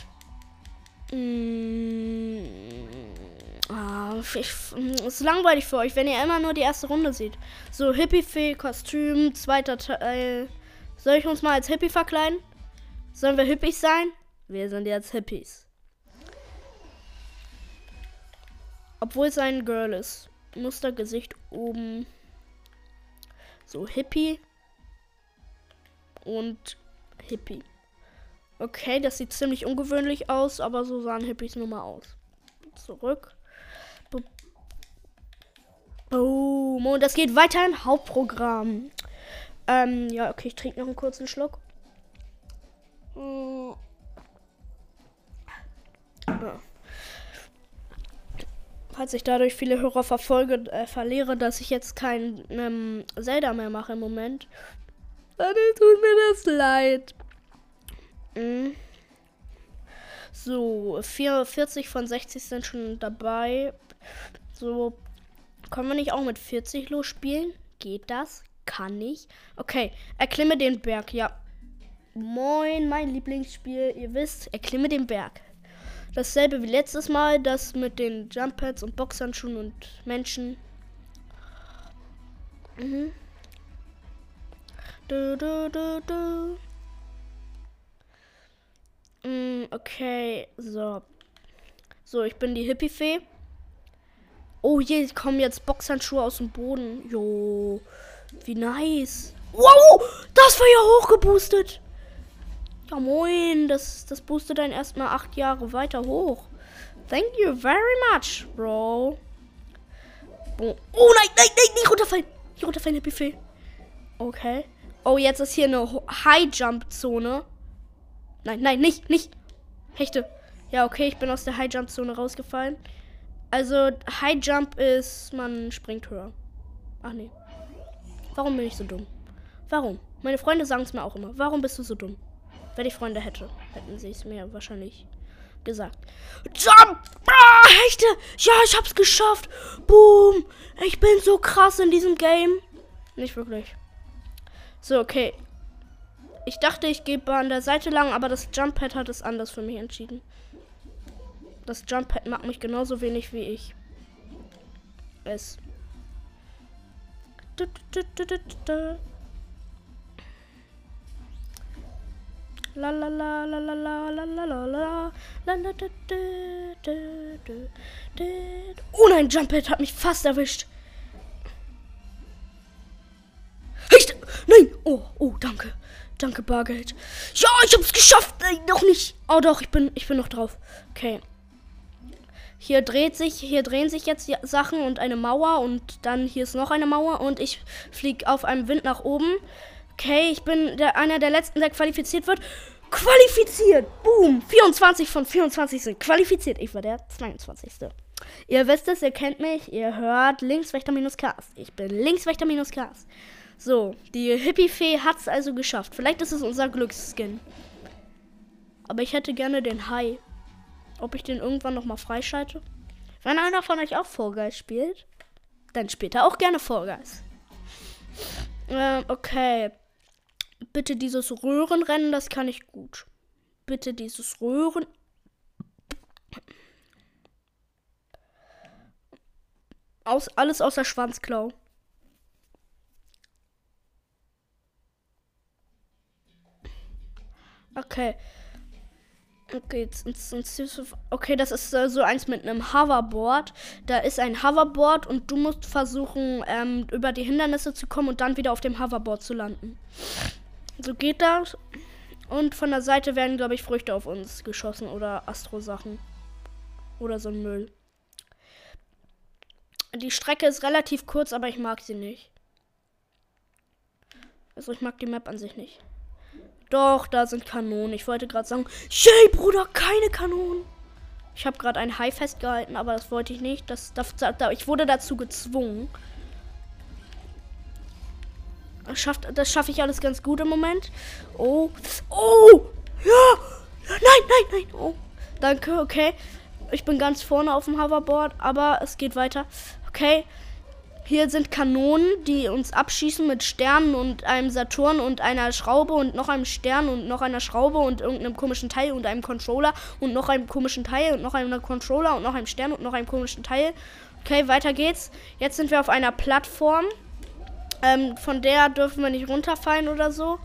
Ist langweilig für euch, wenn ihr immer nur die erste Runde seht. So, Hippie-Fee-Kostüm, zweiter Teil. Soll ich uns mal als Hippie verkleiden? Sollen wir Hippies sein? Wir sind jetzt Hippies. Obwohl es ein Girl ist. Mustergesicht oben. So, Hippie. Und Hippie. Okay, das sieht ziemlich ungewöhnlich aus, aber so sahen Hippies nun mal aus. Zurück. Boom. Und das geht weiter im Hauptprogramm. Ja, okay, ich trinke noch einen kurzen Schluck. Ja. Falls ich dadurch viele Hörer verliere, dass ich jetzt kein Zelda mehr mache im Moment, dann tut mir das leid. So, 44 von 60 sind schon dabei. So, können wir nicht auch mit 40 losspielen? Geht das? Kann ich? Okay, erklimme den Berg, ja. Moin, mein Lieblingsspiel. Ihr wisst, erklimme den Berg. Dasselbe wie letztes Mal, das mit den Jump Pads und Boxhandschuhen und Menschen. Okay, so. So, ich bin die Hippie-Fee. Oh, hier kommen jetzt Boxhandschuhe aus dem Boden. Jo, wie nice. Wow, das war ja hochgeboostet. Ja, moin, das boostet dann erstmal 8 Jahre weiter hoch. Thank you very much, Bro. Oh, nein, nein, nein, nicht runterfallen. Nicht runterfallen, Hippie-Fee. Okay. Oh, jetzt ist hier eine High-Jump-Zone. Nein, nein, nicht. Hechte. Ja, okay, ich bin aus der High-Jump-Zone rausgefallen. Also, High-Jump ist, man springt höher. Ach nee. Warum bin ich so dumm? Warum? Meine Freunde sagen es mir auch immer. Warum bist du so dumm? Wenn ich Freunde hätte, hätten sie es mir wahrscheinlich gesagt. Jump! Ah, Hechte! Ja, ich hab's geschafft! Boom! Ich bin so krass in diesem Game. Nicht wirklich. So, okay. Ich dachte, ich gebe an der Seite lang, aber das Jump-Pad hat es anders für mich entschieden. Das Jump-Pad mag mich genauso wenig wie ich es. La la la la la la la la la la la. Oh nein, Jump-Pad hat mich fast erwischt. Nein! Oh, danke. Danke, Bargeld. Ja, ich hab's geschafft. Nein, noch nicht. Oh doch, ich bin noch drauf. Okay. Hier drehen sich jetzt Sachen und eine Mauer und dann hier ist noch eine Mauer und ich fliege auf einem Wind nach oben. Okay, ich bin einer der letzten, der qualifiziert wird. Qualifiziert! Boom! 24 von 24 sind qualifiziert. Ich war der 22. Ihr wisst es, ihr kennt mich. Ihr hört Linkswächter-Cast. Ich bin Linkswächter-Cast. So, die Hippie-Fee hat es also geschafft. Vielleicht ist es unser Glücksskin. Aber ich hätte gerne den Hai. Ob ich den irgendwann nochmal freischalte? Wenn einer von euch auch Fall Guys spielt, dann spielt er auch gerne Fall Guys. Okay. Bitte dieses Röhrenrennen, das kann ich gut. Bitte dieses Röhren... Alles außer Schwanzklau. Okay. Okay, das ist so eins mit einem Hoverboard. Da ist ein Hoverboard und du musst versuchen, über die Hindernisse zu kommen und dann wieder auf dem Hoverboard zu landen. So geht das. Und von der Seite werden, glaube ich, Früchte auf uns geschossen oder Astro-Sachen. Oder so ein Müll. Die Strecke ist relativ kurz, aber ich mag sie nicht. Also ich mag die Map an sich nicht. Doch, da sind Kanonen. Ich wollte gerade sagen, yay, Bruder, keine Kanonen. Ich habe gerade ein Hai festgehalten, aber das wollte ich nicht. Ich wurde dazu gezwungen. Das schaffe ich alles ganz gut im Moment. Oh. Oh. Ja. Nein. Oh. Danke, okay. Ich bin ganz vorne auf dem Hoverboard, aber es geht weiter. Okay. Hier sind Kanonen, die uns abschießen mit Sternen und einem Saturn und einer Schraube und noch einem Stern und noch einer Schraube und irgendeinem komischen Teil und einem Controller und noch einem komischen Teil und noch einem Controller und noch einem Stern und noch einem komischen Teil. Okay, weiter geht's. Jetzt sind wir auf einer Plattform. Von der dürfen wir nicht runterfallen oder so.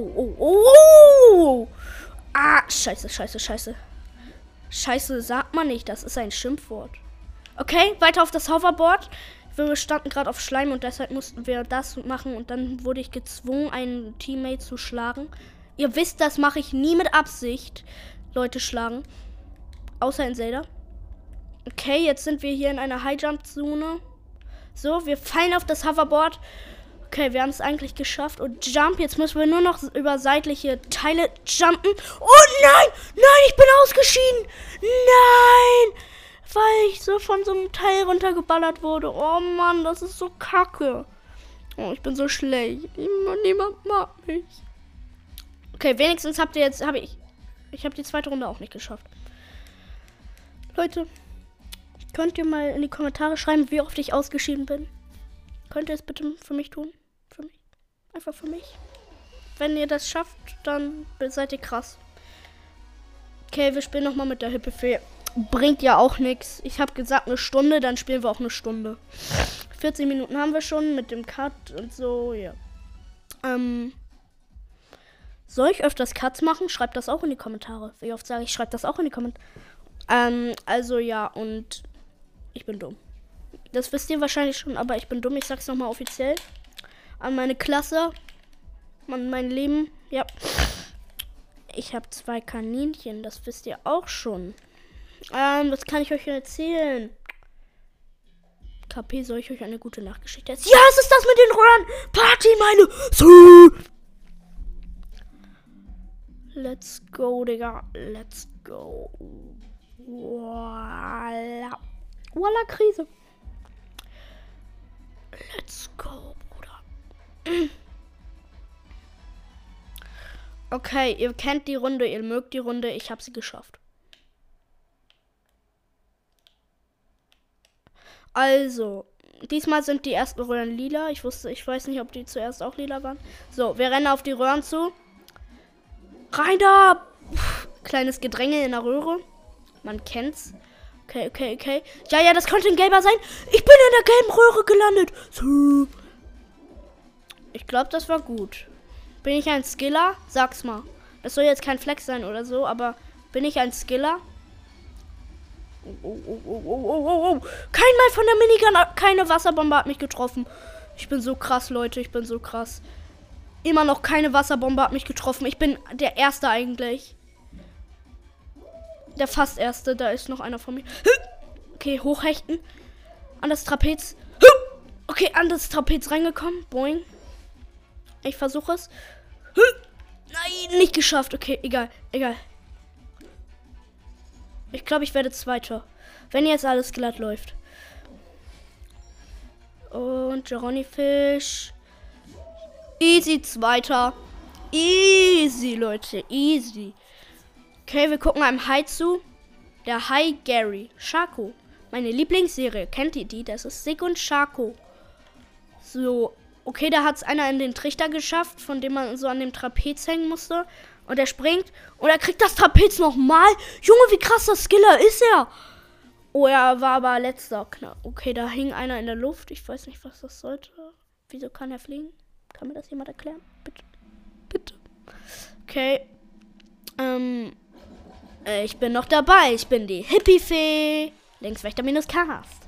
Oh. Ah, scheiße. Scheiße sagt man nicht, das ist ein Schimpfwort. Okay, weiter auf das Hoverboard. Wir standen gerade auf Schleim und deshalb mussten wir das machen. Und dann wurde ich gezwungen, einen Teammate zu schlagen. Ihr wisst, das mache ich nie mit Absicht. Leute schlagen. Außer in Zelda. Okay, jetzt sind wir hier in einer High-Jump-Zone. So, wir fallen auf das Hoverboard. Okay, wir haben es eigentlich geschafft. Und Jump, jetzt müssen wir nur noch über seitliche Teile jumpen. Oh nein, ich bin ausgeschieden. Nein, weil ich so von so einem Teil runtergeballert wurde. Oh Mann, das ist so kacke. Oh, ich bin so schlecht. Niemand mag mich. Okay, wenigstens ich habe die zweite Runde auch nicht geschafft. Leute, könnt ihr mal in die Kommentare schreiben, wie oft ich ausgeschieden bin? Könnt ihr es bitte für mich tun? Für mich. Einfach für mich. Wenn ihr das schafft, dann seid ihr krass. Okay, wir spielen nochmal mit der Hippie-Fee. Bringt ja auch nichts. Ich habe gesagt, eine Stunde, dann spielen wir auch eine Stunde. 14 Minuten haben wir schon mit dem Cut und so, ja. Soll ich öfters Cuts machen? Schreibt das auch in die Kommentare. Wie oft sage ich, schreibt das auch in die Kommentare. Also ja, und ich bin dumm. Das wisst ihr wahrscheinlich schon, aber ich bin dumm. Ich sag's nochmal offiziell. An meine Klasse. An mein Leben. Ja. Ich habe 2 Kaninchen. Das wisst ihr auch schon. Was kann ich euch erzählen? KP, soll ich euch eine gute Nachgeschichte erzählen? Ja, es ist das mit den Röhren. Party, meine. So. Let's go, Digga. Let's go. Voila. Voila, Krise. Let's go, Bruder. Okay, ihr kennt die Runde, ihr mögt die Runde. Ich habe sie geschafft. Also, diesmal sind die ersten Röhren lila. Ich weiß nicht, ob die zuerst auch lila waren. So, wir rennen auf die Röhren zu. Rein da! Kleines Gedränge in der Röhre. Man kennt's. Okay. Ja, das könnte ein gelber sein. Ich bin in der gelben Röhre gelandet. So. Ich glaube, das war gut. Bin ich ein Skiller? Sag's mal. Das soll jetzt kein Flex sein oder so, aber bin ich ein Skiller? Oh. Keinmal von der Minigun, keine Wasserbombe hat mich getroffen. Ich bin so krass, Leute, ich bin so krass. Immer noch keine Wasserbombe hat mich getroffen. Ich bin der Erste eigentlich. Der fast Erste, da ist noch einer von mir. Okay, hochhechten. An das Trapez. Okay, an das Trapez reingekommen. Boing. Ich versuche es. Nein, nicht geschafft. Okay, egal. Ich glaube, ich werde Zweiter. Wenn jetzt alles glatt läuft. Und Johnny Fish. Easy Zweiter. Easy, Leute. Easy. Okay, wir gucken einem Hai zu. Der Hai Gary. Shaco. Meine Lieblingsserie. Kennt ihr die? Das ist Sig und Shaco. So. Okay, da hat es einer in den Trichter geschafft, von dem man so an dem Trapez hängen musste. Und er springt. Und er kriegt das Trapez nochmal. Junge, wie krass das Skiller ist er. Oh, er war aber letzter. Okay, da hing einer in der Luft. Ich weiß nicht, was das sollte. Wieso kann er fliegen? Kann mir das jemand erklären? Bitte. Okay. Ich bin noch dabei. Ich bin die Hippie-Fee. Linkswächter-Cast.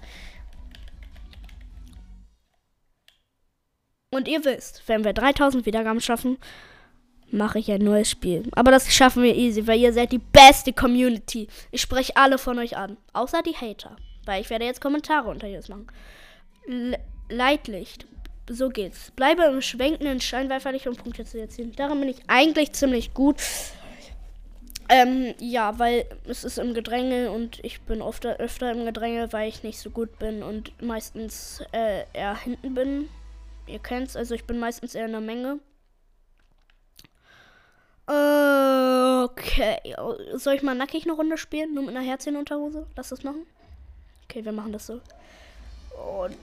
Und ihr wisst, wenn wir 3000 Wiedergaben schaffen, mache ich ein neues Spiel. Aber das schaffen wir easy, weil ihr seid die beste Community. Ich spreche alle von euch an. Außer die Hater. Weil ich werde jetzt Kommentare unter jedes machen. Leitlicht. So geht's. Bleibe im schwenkenden Scheinwerferlicht und Punkte zu erzielen. Darin bin ich eigentlich ziemlich gut. Ja, weil es ist im Gedränge und ich bin öfter im Gedränge, weil ich nicht so gut bin und meistens eher hinten bin. Ihr kennt's, also ich bin meistens eher in der Menge. Okay. Soll ich mal nackig eine Runde spielen? Nur mit einer Herzchenunterhose? Lass das machen. Okay, wir machen das so. Und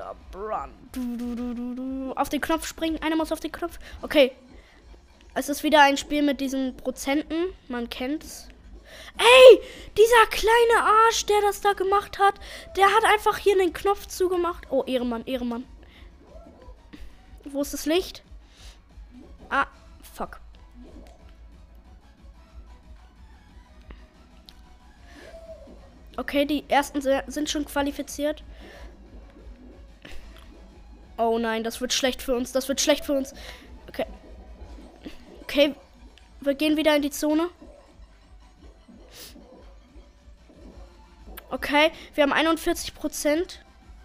auf den Knopf springen. Einer muss auf den Knopf. Okay. Es ist wieder ein Spiel mit diesen Prozenten. Man kennt's. Ey, dieser kleine Arsch, der das da gemacht hat, der hat einfach hier den Knopf zugemacht. Oh, Ehrenmann, Ehrenmann. Wo ist das Licht? Ah, fuck. Okay, die ersten sind schon qualifiziert. Oh nein, das wird schlecht für uns. Das wird schlecht für uns. Okay. Okay, wir gehen wieder in die Zone. Okay, wir haben 41%.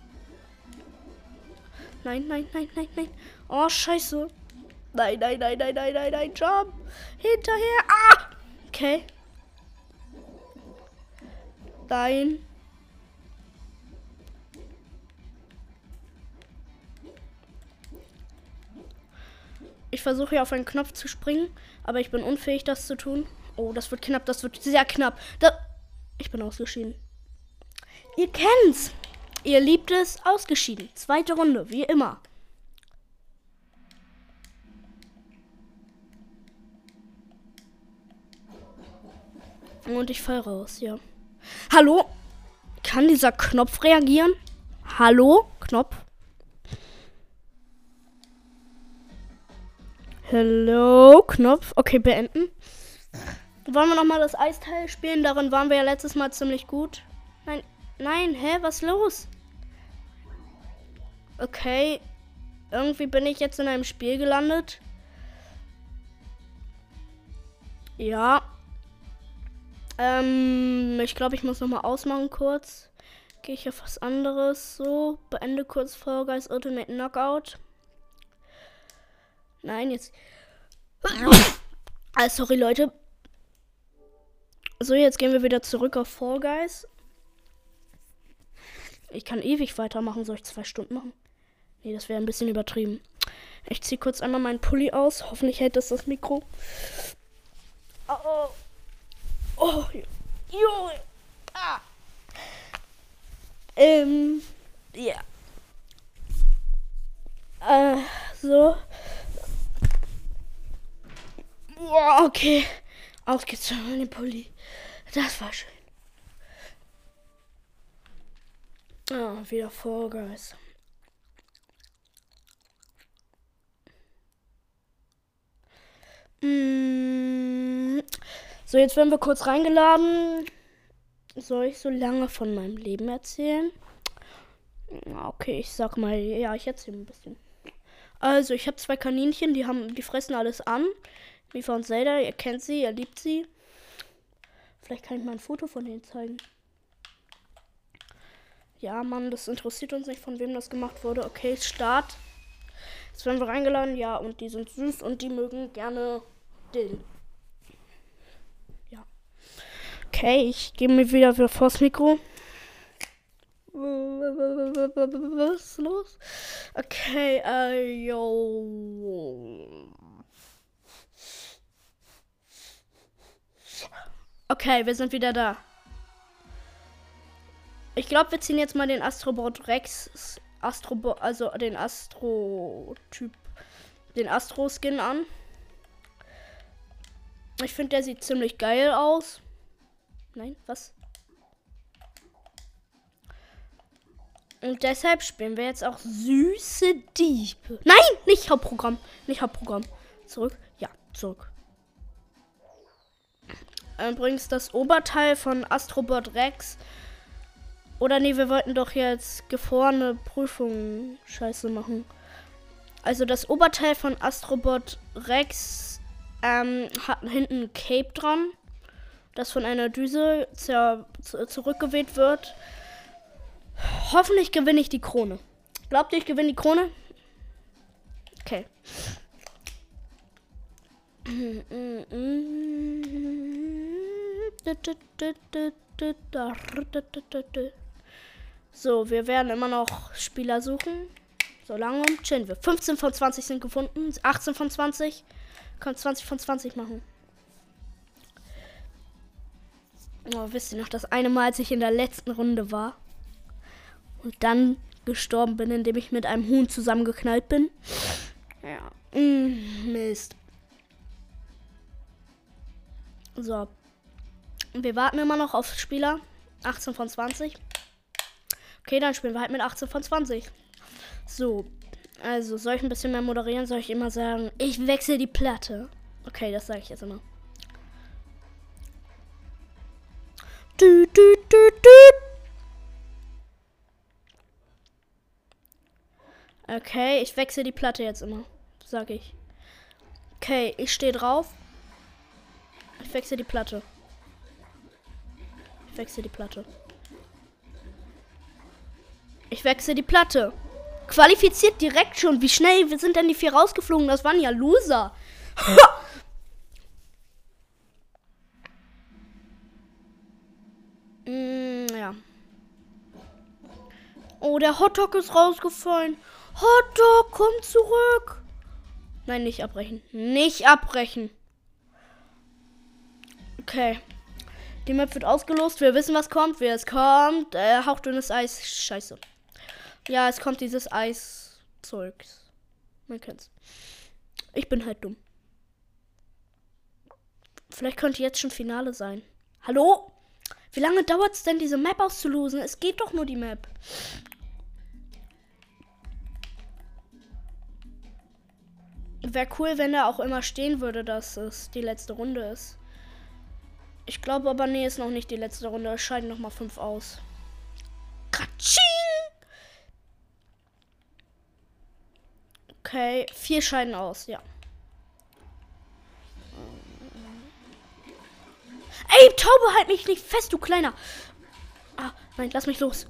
Nein, nein, nein, nein, nein. Oh, scheiße. Nein, nein, nein, nein, nein, nein, nein. Jump. Hinterher. Ah! Okay. Nein. Ich versuche hier auf einen Knopf zu springen, aber ich bin unfähig, das zu tun. Oh, das wird knapp, das wird sehr knapp. Ich bin ausgeschieden. Ihr kennt's. Ihr liebt es, ausgeschieden. Zweite Runde, wie immer. Und ich fall raus, ja. Hallo? Kann dieser Knopf reagieren? Hallo? Knopf? Hallo? Knopf? Okay, beenden. Wollen wir nochmal das Eisteil spielen? Darin waren wir ja letztes Mal ziemlich gut. Nein, nein, hä? Was ist los? Okay. Irgendwie bin ich jetzt in einem Spiel gelandet. Ja. Ich glaube, ich muss nochmal ausmachen kurz. Gehe ich auf was anderes. So, beende kurz Fall Guys Ultimate Knockout. Nein, jetzt. Sorry, Leute. So, jetzt gehen wir wieder zurück auf Fall Guys. Ich kann ewig weitermachen. Soll ich 2 Stunden machen? Nee, das wäre ein bisschen übertrieben. Ich ziehe kurz einmal meinen Pulli aus. Hoffentlich hält das Mikro. Oh. Oh, jo. Ah. Ja. So. Boah, okay. Ausgezogen, den Pulli. Das war schön. Ah, wieder Fall Guys. So, jetzt werden wir kurz reingeladen. Soll ich so lange von meinem Leben erzählen? Okay, ich sag mal, ja, ich erzähle ein bisschen. Also, ich habe 2 Kaninchen, die fressen alles an. Mifa und Zelda, ihr kennt sie, ihr liebt sie. Vielleicht kann ich mal ein Foto von denen zeigen. Ja, Mann, das interessiert uns nicht, von wem das gemacht wurde. Okay, Start. Jetzt werden wir reingeladen, ja, und die sind süß und die mögen gerne Dillen. Ja. Okay, ich gehe mir wieder vors Mikro. Was ist los? Okay, yo. Okay, wir sind wieder da. Ich glaube, wir ziehen jetzt mal den Astrobot Rex, also den Astro-Typ, den Astro-Skin an. Ich finde, der sieht ziemlich geil aus. Nein, was? Und deshalb spielen wir jetzt auch süße Diebe. Nein, nicht Hauptprogramm. Nicht Hauptprogramm. Zurück. Ja, zurück. Übrigens das Oberteil von Astrobot Rex. Oder nee, wir wollten doch jetzt gefrorene Prüfungen Scheiße machen. Also das Oberteil von Astrobot Rex hat hinten ein Cape dran, das von einer Düse zurückgeweht wird. Hoffentlich gewinne ich die Krone. Glaubt ihr, ich gewinne die Krone? Okay. So, wir werden immer noch Spieler suchen. So lange chillen wir. 15 von 20 sind gefunden. 18 von 20. Kann 20 von 20 machen. Oh, wisst ihr noch, das eine Mal, als ich in der letzten Runde war und dann gestorben bin, indem ich mit einem Huhn zusammengeknallt bin? Ja. Mist. So. Wir warten immer noch auf Spieler. 18 von 20. Okay, dann spielen wir halt mit 18 von 20. So. Also, soll ich ein bisschen mehr moderieren? Soll ich immer sagen, ich wechsle die Platte? Okay, das sage ich jetzt immer. Okay, ich wechsle die Platte jetzt immer. Sag ich. Okay, ich stehe drauf. Ich wechsle die Platte. Ich wechsle die Platte. Ich wechsle die Platte. Qualifiziert direkt schon. Wie schnell sind denn die 4 rausgeflogen? Das waren ja Loser. Ja. Oh, der Hotdog ist rausgefallen. Hotdog, komm zurück. Nein, nicht abbrechen. Nicht abbrechen. Okay. Die Map wird ausgelost. Wir wissen, was kommt. Wer es kommt. Hauchdünnes Eis. Scheiße. Ja, es kommt dieses Eiszeugs. Man kennt's. Ich bin halt dumm. Vielleicht könnte jetzt schon Finale sein. Hallo? Wie lange dauert es denn, diese Map auszulosen? Es geht doch nur die Map. Wäre cool, wenn da auch immer stehen würde, dass es die letzte Runde ist. Ich glaube aber, nee, ist noch nicht die letzte Runde. Es scheiden noch mal 5 aus. Katsching! Okay, 4 scheiden aus, ja. Ey, Taube, halt mich nicht fest, du Kleiner. Ah, nein, lass mich los.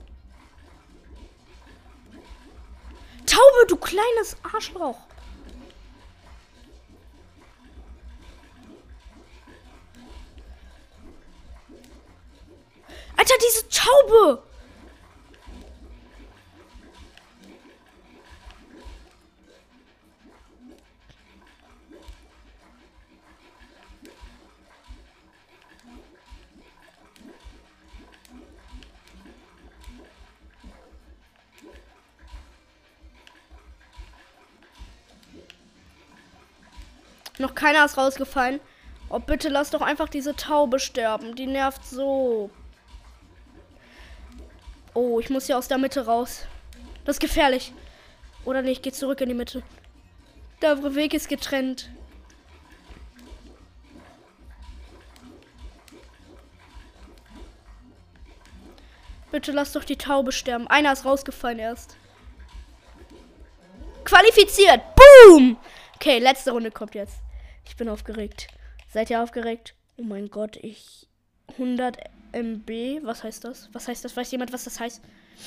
Taube, du kleines Arschloch. Alter, diese Taube. Noch keiner ist rausgefallen. Oh, bitte lass doch einfach diese Taube sterben. Die nervt so. Oh, ich muss hier aus der Mitte raus. Das ist gefährlich. Oder nicht, geh zurück in die Mitte. Der Weg ist getrennt. Bitte lass doch die Taube sterben. Einer ist rausgefallen erst. Qualifiziert. Boom. Okay, letzte Runde kommt jetzt. Ich bin aufgeregt. Seid ihr aufgeregt? Oh mein Gott, 100 MB. Was heißt das? Was heißt das? Weiß jemand, was das heißt?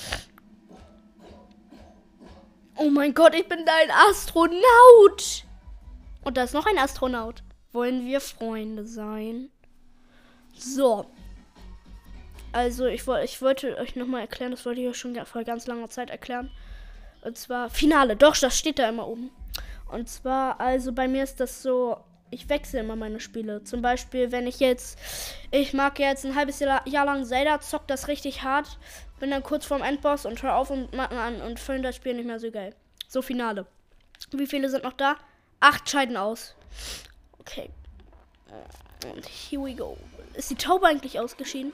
Oh mein Gott, ich bin ein Astronaut. Und da ist noch ein Astronaut. Wollen wir Freunde sein? So. Also, ich wollte euch nochmal erklären, das wollte ich euch schon vor ganz langer Zeit erklären. Und zwar Finale. Doch, das steht da immer oben. Und zwar, also bei mir ist das so, ich wechsle immer meine Spiele. Zum Beispiel, wenn ich mag jetzt ein halbes Jahr lang Zelda, zock das richtig hart, bin dann kurz vorm Endboss und hör auf und finde das Spiel nicht mehr so geil. So, Finale. Wie viele sind noch da? 8 scheiden aus. Okay. Und here we go. Ist die Taube eigentlich ausgeschieden?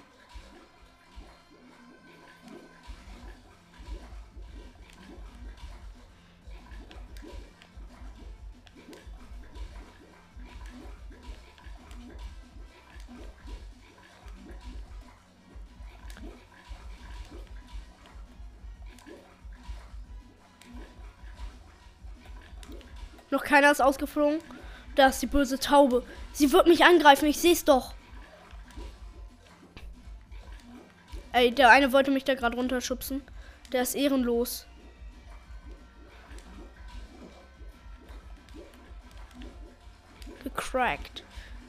Noch keiner ist ausgeflogen. Da ist die böse Taube. Sie wird mich angreifen, ich sehe es doch. Ey, der eine wollte mich da gerade runterschubsen. Der ist ehrenlos. Gecrackt.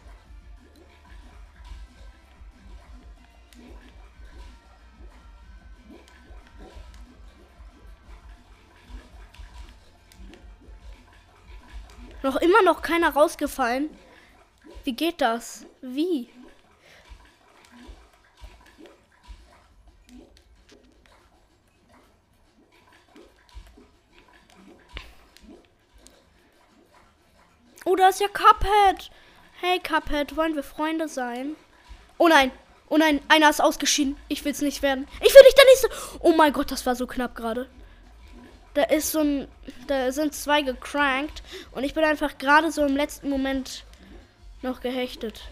Noch immer noch keiner rausgefallen. Wie geht das? Wie? Oh, da ist ja Cuphead. Hey Cuphead, wollen wir Freunde sein? Oh nein, einer ist ausgeschieden. Ich will es nicht werden. Ich will nicht der Nächste. Oh mein Gott, das war so knapp gerade. Da sind zwei gecrankt und ich bin einfach gerade so im letzten Moment noch gehechtet.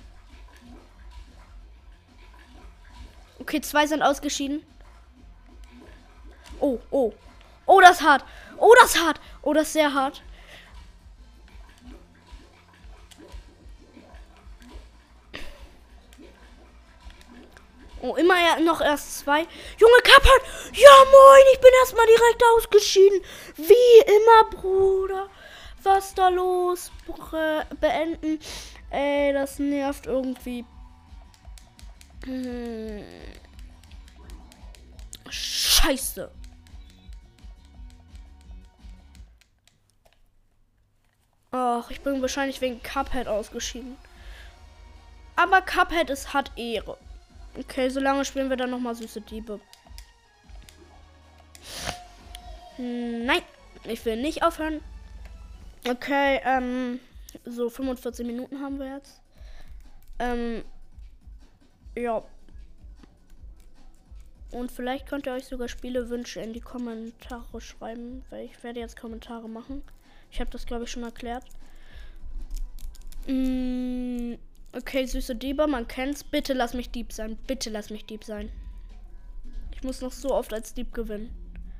Okay, 2 sind ausgeschieden. Oh, oh. Oh, das ist hart. Oh, das ist hart. Oh, das ist sehr hart. Oh, immer noch erst 2. Junge, Cuphead! Ja, moin, ich bin erstmal direkt ausgeschieden. Wie immer, Bruder. Was ist da los? Beenden. Ey, das nervt irgendwie. Scheiße. Ach, ich bin wahrscheinlich wegen Cuphead ausgeschieden. Aber Cuphead hat Ehre. Okay, solange spielen wir dann nochmal süße Diebe. Nein, ich will nicht aufhören. Okay, so 45 Minuten haben wir jetzt. Ja. Und vielleicht könnt ihr euch sogar Spielewünsche in die Kommentare schreiben, weil ich werde jetzt Kommentare machen. Ich habe das, glaube ich, schon erklärt. Okay, süße Diebe, man kennt's. Bitte lass mich Dieb sein. Bitte lass mich Dieb sein. Ich muss noch so oft als Dieb gewinnen.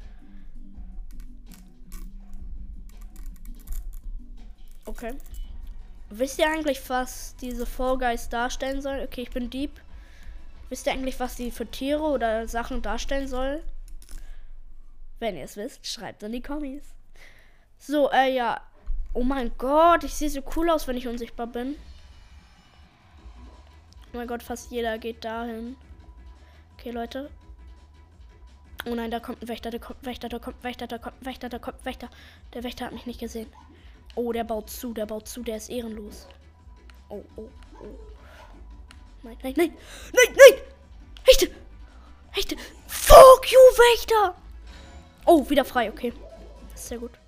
Okay. Wisst ihr eigentlich, was diese Fall Guys darstellen soll? Okay, ich bin Dieb. Wisst ihr eigentlich, was die für Tiere oder Sachen darstellen soll? Wenn ihr es wisst, schreibt in die Kommis. So, ja. Oh mein Gott, ich sehe so cool aus, wenn ich unsichtbar bin. Oh mein Gott, fast jeder geht dahin. Okay, Leute. Oh nein, da kommt ein Wächter, da kommt ein Wächter, da kommt ein Wächter, da kommt ein Wächter, da kommt ein Wächter. Der Wächter hat mich nicht gesehen. Oh, der baut zu, der ist ehrenlos. Oh, oh, oh. Nein, nein, nein, nein, nein! Hechte! Hechte! Fuck you, Wächter! Oh, wieder frei, okay. Das ist sehr gut.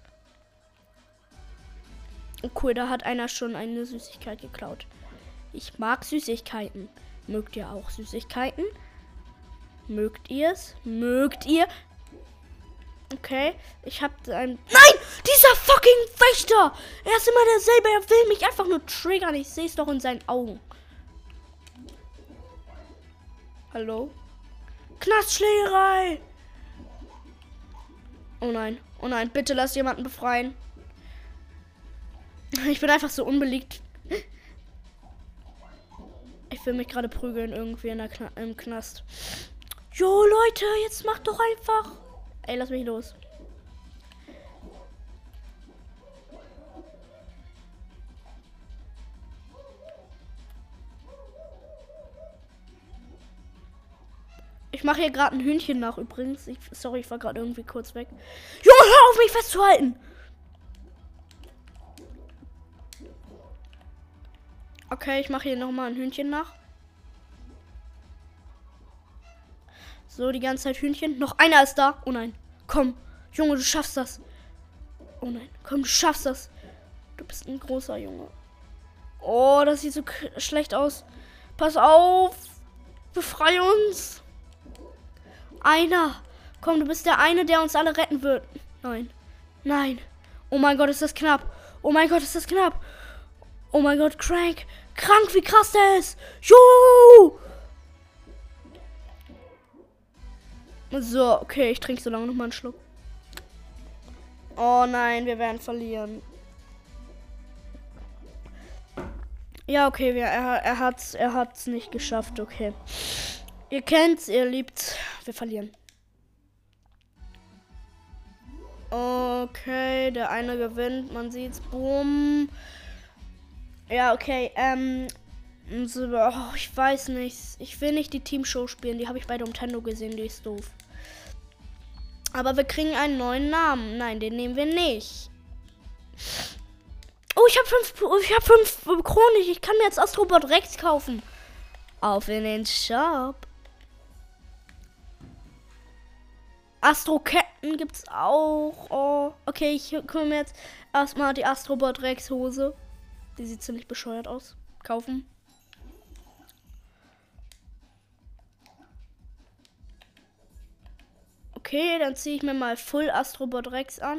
Oh, cool, da hat einer schon eine Süßigkeit geklaut. Ich mag Süßigkeiten. Mögt ihr auch Süßigkeiten? Mögt ihr es? Mögt ihr? Okay, ich hab ein... Nein! Dieser fucking Wächter! Er ist immer derselbe. Er will mich einfach nur triggern. Ich sehe es doch in seinen Augen. Hallo? Knastschlägerei! Oh nein, bitte lass jemanden befreien. Ich bin einfach so unbeliebt. Ich will mich gerade prügeln irgendwie im Knast. Jo, Leute, jetzt macht doch einfach. Ey, lass mich los. Ich mache hier gerade ein Hühnchen nach übrigens. Sorry, ich war gerade irgendwie kurz weg. Junge, hör auf, mich festzuhalten! Okay, ich mache hier nochmal ein Hühnchen nach. So, die ganze Zeit Hühnchen. Noch einer ist da. Oh nein. Komm, Junge, du schaffst das. Oh nein, komm, du schaffst das. Du bist ein großer Junge. Oh, das sieht so schlecht aus. Pass auf. Befreie uns. Einer. Komm, du bist der eine, der uns alle retten wird. Nein. Nein. Oh mein Gott, ist das knapp. Oh mein Gott, ist das knapp. Oh mein Gott, Crank. Krank, wie krass der ist. Jo! So, okay, ich trinke so lange noch mal einen Schluck. Oh nein, wir werden verlieren. Ja, okay, er hat's nicht geschafft, okay. Ihr kennt's, ihr liebt's. Wir verlieren. Okay, der eine gewinnt, man sieht's. Boom. Ja, okay, so, ich weiß nicht. Ich will nicht die Teamshow spielen, die habe ich bei Nintendo gesehen, die ist doof. Aber wir kriegen einen neuen Namen. Nein, den nehmen wir nicht. Oh, ich habe 5 Kronen. Ich kann mir jetzt Astrobot Rex kaufen. Auf in den Shop. Astro Captain gibt's auch. Oh, okay, ich kann mir jetzt erstmal die Astrobot Rex Hose. Die sieht ziemlich bescheuert aus. Kaufen. Okay, dann ziehe ich mir mal Full Astrobot Rex an.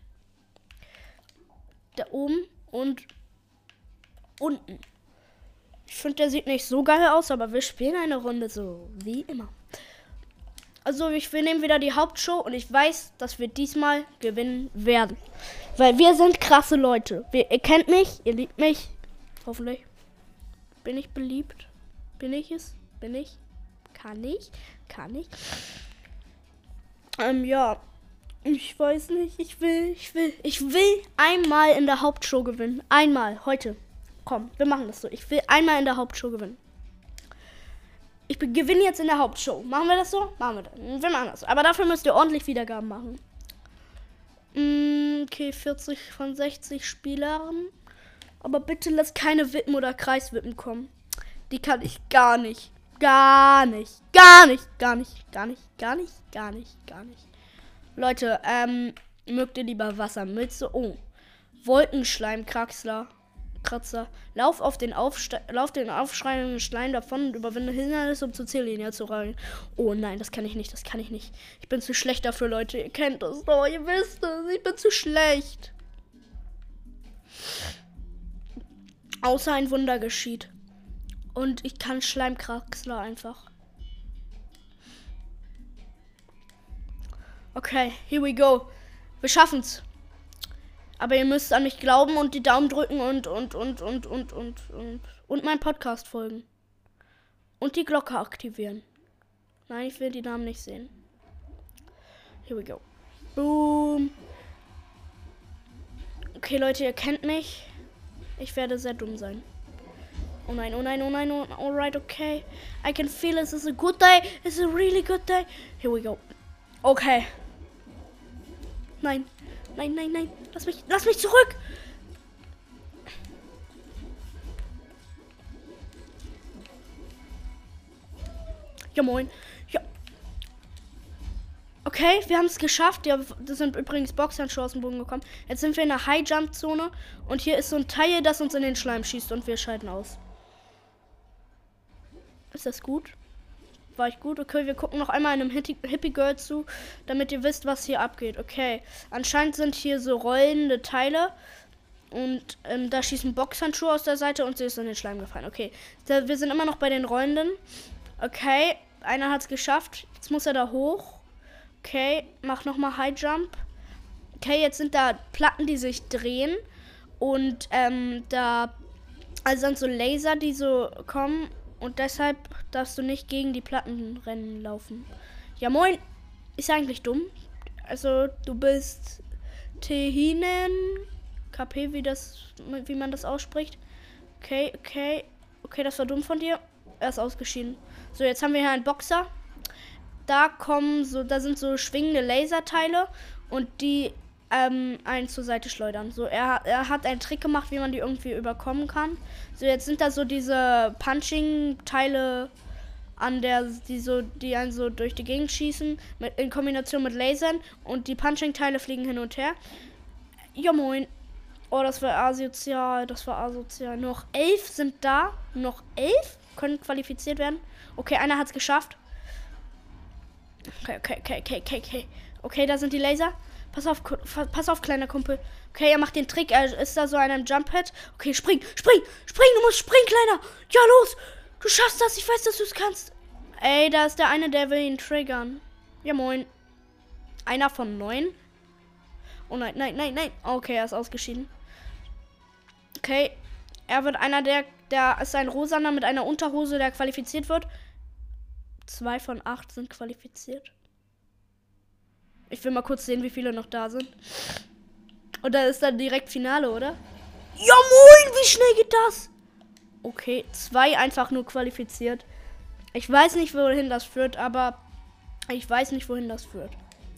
Da oben und unten. Ich finde, der sieht nicht so geil aus, aber wir spielen eine Runde so wie immer. Also wir nehmen wieder die Hauptshow und ich weiß, dass wir diesmal gewinnen werden. Weil wir sind krasse Leute. Ihr kennt mich, ihr liebt mich. Hoffentlich. Bin ich beliebt? Bin ich es? Bin ich? Kann ich? Kann ich? Ja. Ich weiß nicht. Ich will einmal in der Hauptshow gewinnen. Einmal. Heute. Komm, wir machen das so. Ich will einmal in der Hauptshow gewinnen. Ich gewinne jetzt in der Hauptshow. Machen wir das so? Machen wir das. Wir machen das. Aber dafür müsst ihr ordentlich Wiedergaben machen. Okay, 40 von 60 Spielern. Aber bitte lasst keine Wippen oder Kreiswippen kommen. Die kann ich gar nicht. Gar nicht. Gar nicht. Gar nicht. Gar nicht. Gar nicht. Gar nicht. Gar nicht. Leute, mögt ihr lieber Wassermütze? Oh. Wolkenschleimkratzer. Lauf den aufschreienden Schleim davon und überwinde Hindernisse, um zur Ziellinie zu rein. Oh nein, das kann ich nicht, das kann ich nicht. Ich bin zu schlecht dafür, Leute. Ihr kennt das doch, ihr wisst es. Ich bin zu schlecht. Außer ein Wunder geschieht. Und ich kann Schleimkraxler einfach. Okay, here we go. Wir schaffen's. Aber ihr müsst an mich glauben und die Daumen drücken und meinem Podcast folgen. Und die Glocke aktivieren. Nein, ich will die Namen nicht sehen. Here we go. Boom. Okay, Leute, ihr kennt mich. Ich werde sehr dumm sein. Oh nein, oh nein, oh nein, oh, alright, okay. I can feel it. It's a good day. It's a really good day. Here we go. Okay. Nein. Nein, nein, nein. Lass mich zurück. Ja, moin. Ja. Okay, wir haben es geschafft. Ja, das sind übrigens Boxhandschuhe aus dem Boden gekommen. Jetzt sind wir in der High-Jump-Zone. Und hier ist so ein Teil, das uns in den Schleim schießt. Und wir scheiden aus. Ist das gut? War ich gut? Okay, wir gucken noch einmal einem Hippie-Girl zu, damit ihr wisst, was hier abgeht. Okay, anscheinend sind hier so rollende Teile und da schießen Boxhandschuhe aus der Seite und sie ist in den Schleim gefallen. Okay, wir sind immer noch bei den rollenden. Okay, einer hat es geschafft. Jetzt muss er da hoch. Okay, mach nochmal High Jump. Okay, jetzt sind da Platten, die sich drehen und da sind so Laser, die so kommen. Und deshalb darfst du nicht gegen die Plattenrennen laufen. Ja, moin. Ist ja eigentlich dumm. Also, du bist Tehinen. KP, wie man das ausspricht. Okay, okay. Okay, das war dumm von dir. Er ist ausgeschieden. So, jetzt haben wir hier einen Boxer. Da sind so schwingende Laserteile und die einen zur Seite schleudern. So, er hat einen Trick gemacht, wie man die irgendwie überkommen kann. So, jetzt sind da so diese Punching-Teile die einen so durch die Gegend schießen, in Kombination mit Lasern und die Punching-Teile fliegen hin und her. Ja, moin. Oh, das war asozial, Noch 11 sind da. Noch 11 können qualifiziert werden. Okay, einer hat's geschafft. Okay. Okay, da sind die Laser. Pass auf, kleiner Kumpel. Okay, er macht den Trick. Er ist da so an einem Jump-Pad. Okay, spring. Du musst springen, Kleiner. Ja, los. Du schaffst das. Ich weiß, dass du es kannst. Ey, da ist der eine, der will ihn triggern. Ja, moin. Einer von 9. Oh nein. Okay, er ist ausgeschieden. Okay. Er wird einer der ist ein Rosaner mit einer Unterhose, der qualifiziert wird. 2 von 8 sind qualifiziert. Ich will mal kurz sehen, wie viele noch da sind. Und da ist dann direkt Finale, oder? Ja moin, wie schnell geht das? Okay, 2 einfach nur qualifiziert. Ich weiß nicht, wohin das führt, aber ich weiß nicht, wohin das führt.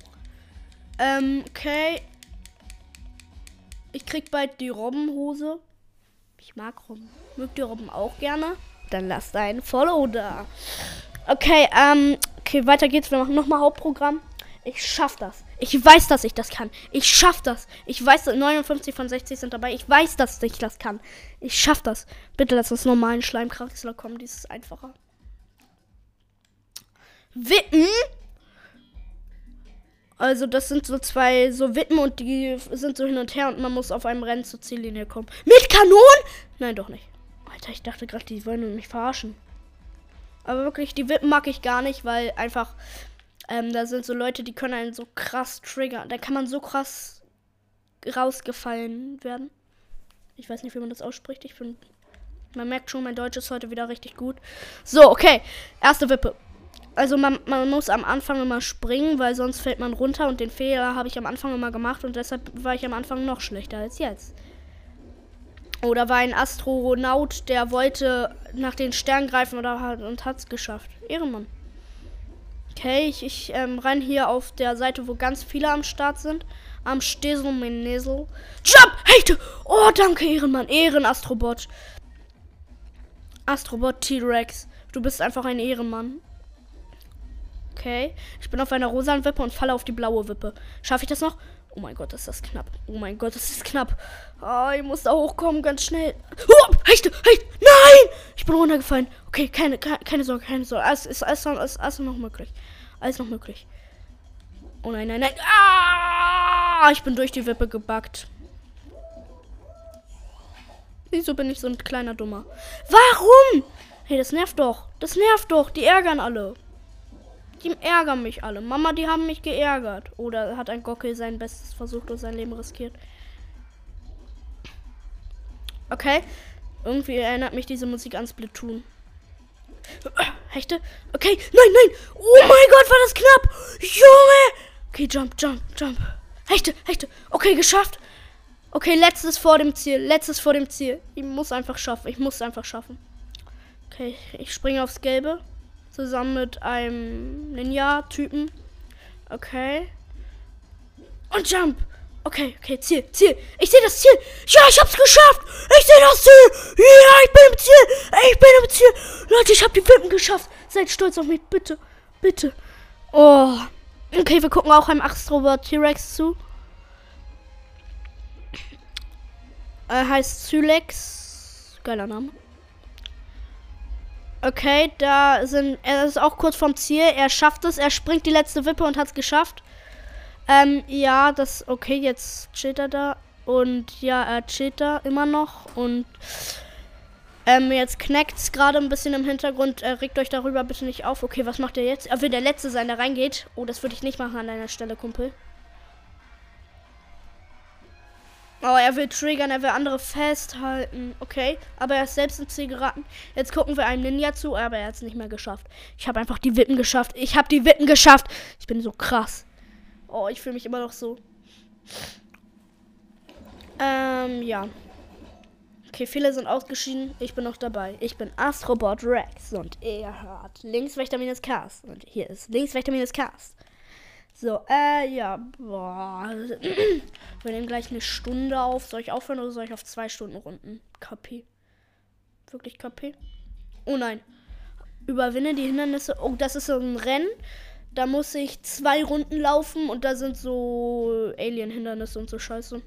Okay. Ich krieg bald die Robbenhose. Ich mag Robben. Mögt ihr Robben auch gerne? Dann lasst ein Follow da. Okay, okay, weiter geht's. Wir machen nochmal Hauptprogramm. Ich schaff das. Ich weiß, dass ich das kann. Ich schaff das. Ich weiß, 59 von 60 sind dabei. Ich weiß, dass ich das kann. Ich schaff das. Bitte lass uns normalen Schleimkraxler kommen. Dies ist einfacher. Wippen? Also das sind so 2 so Wippen und die sind so hin und her und man muss auf einem Rennen zur Ziellinie kommen. Mit Kanonen? Nein, doch nicht. Alter, ich dachte gerade, die wollen mich verarschen. Aber wirklich, die Wippen mag ich gar nicht, weil einfach, da sind so Leute, die können einen so krass triggern. Da kann man so krass rausgefallen werden. Ich weiß nicht, wie man das ausspricht. Man merkt schon, mein Deutsch ist heute wieder richtig gut. So, okay. Erste Wippe. Also man muss am Anfang immer springen, weil sonst fällt man runter. Und den Fehler habe ich am Anfang immer gemacht. Und deshalb war ich am Anfang noch schlechter als jetzt. Oder war ein Astronaut, der wollte nach den Sternen greifen und hat es geschafft. Ehrenmann. Okay, ich renn hier auf der Seite, wo ganz viele am Start sind. Am Stesel. Jump! Hechte! Oh, danke, Ehrenmann. Astrobot. Astrobot T-Rex. Du bist einfach ein Ehrenmann. Okay. Ich bin auf einer rosanen Wippe und falle auf die blaue Wippe. Schaffe ich das noch? Oh mein Gott, ist das knapp. Oh mein Gott, das ist knapp. Oh, ich muss da hochkommen, ganz schnell. Oh, Hechte! Nein! Ich bin runtergefallen. Okay, keine Sorge, keine Sorge. Alles ist noch möglich. Alles noch möglich. Oh nein. Ah! Ich bin durch die Wippe gebackt. Wieso bin ich so ein kleiner Dummer? Warum? Hey, das nervt doch. Die ärgern alle. Die ärgern mich alle. Mama, die haben mich geärgert. Oder hat ein Gockel sein Bestes versucht und sein Leben riskiert. Okay. Irgendwie erinnert mich diese Musik an Splatoon. Hechte? Okay. Nein. Oh mein Gott, war das knapp. Junge. Okay, jump. Hechte. Okay, geschafft. Okay, letztes vor dem Ziel. Ich muss einfach schaffen. Okay, ich springe aufs Gelbe. Zusammen mit einem Ninja-Typen. Okay. Und Jump. Okay, Ziel. Ich sehe das Ziel. Ja, ich hab's geschafft. Ich sehe das Ziel. Ja, ich bin im Ziel. Leute, ich hab die Wippen geschafft. Seid stolz auf mich, bitte. Oh. Okay, wir gucken auch einem Astrobot T-Rex zu. Er heißt Zylex. Geiler Name. Okay, er ist auch kurz vorm Ziel. Er schafft es. Er springt die letzte Wippe und hat es geschafft. Ja, okay, jetzt chillt er da. Und ja, er chillt da immer noch. Und jetzt knackt es gerade ein bisschen im Hintergrund. Regt euch darüber bitte nicht auf. Okay, was macht er jetzt? Er will der Letzte sein, der reingeht. Oh, das würde ich nicht machen an deiner Stelle, Kumpel. Oh, er will triggern, er will andere festhalten. Okay, aber er ist selbst ins Ziel geraten. Jetzt gucken wir einem Ninja zu, aber er hat es nicht mehr geschafft. Ich habe einfach die Wippen geschafft. Ich bin so krass. Oh, ich fühle mich immer noch so. Ja. Okay, viele sind ausgeschieden. Ich bin noch dabei. Ich bin Astrobot Rex und er hat Linkswächter-Cast. Und hier ist Linkswächter-Cast. So, ja, boah. Wir nehmen gleich eine Stunde auf. Soll ich aufhören oder soll ich auf 2 Stunden runden? KP. Wirklich KP? Oh nein. Überwinde die Hindernisse. Oh, das ist so ein Rennen. Da muss ich 2 Runden laufen und da sind so Alien-Hindernisse und so Scheiße.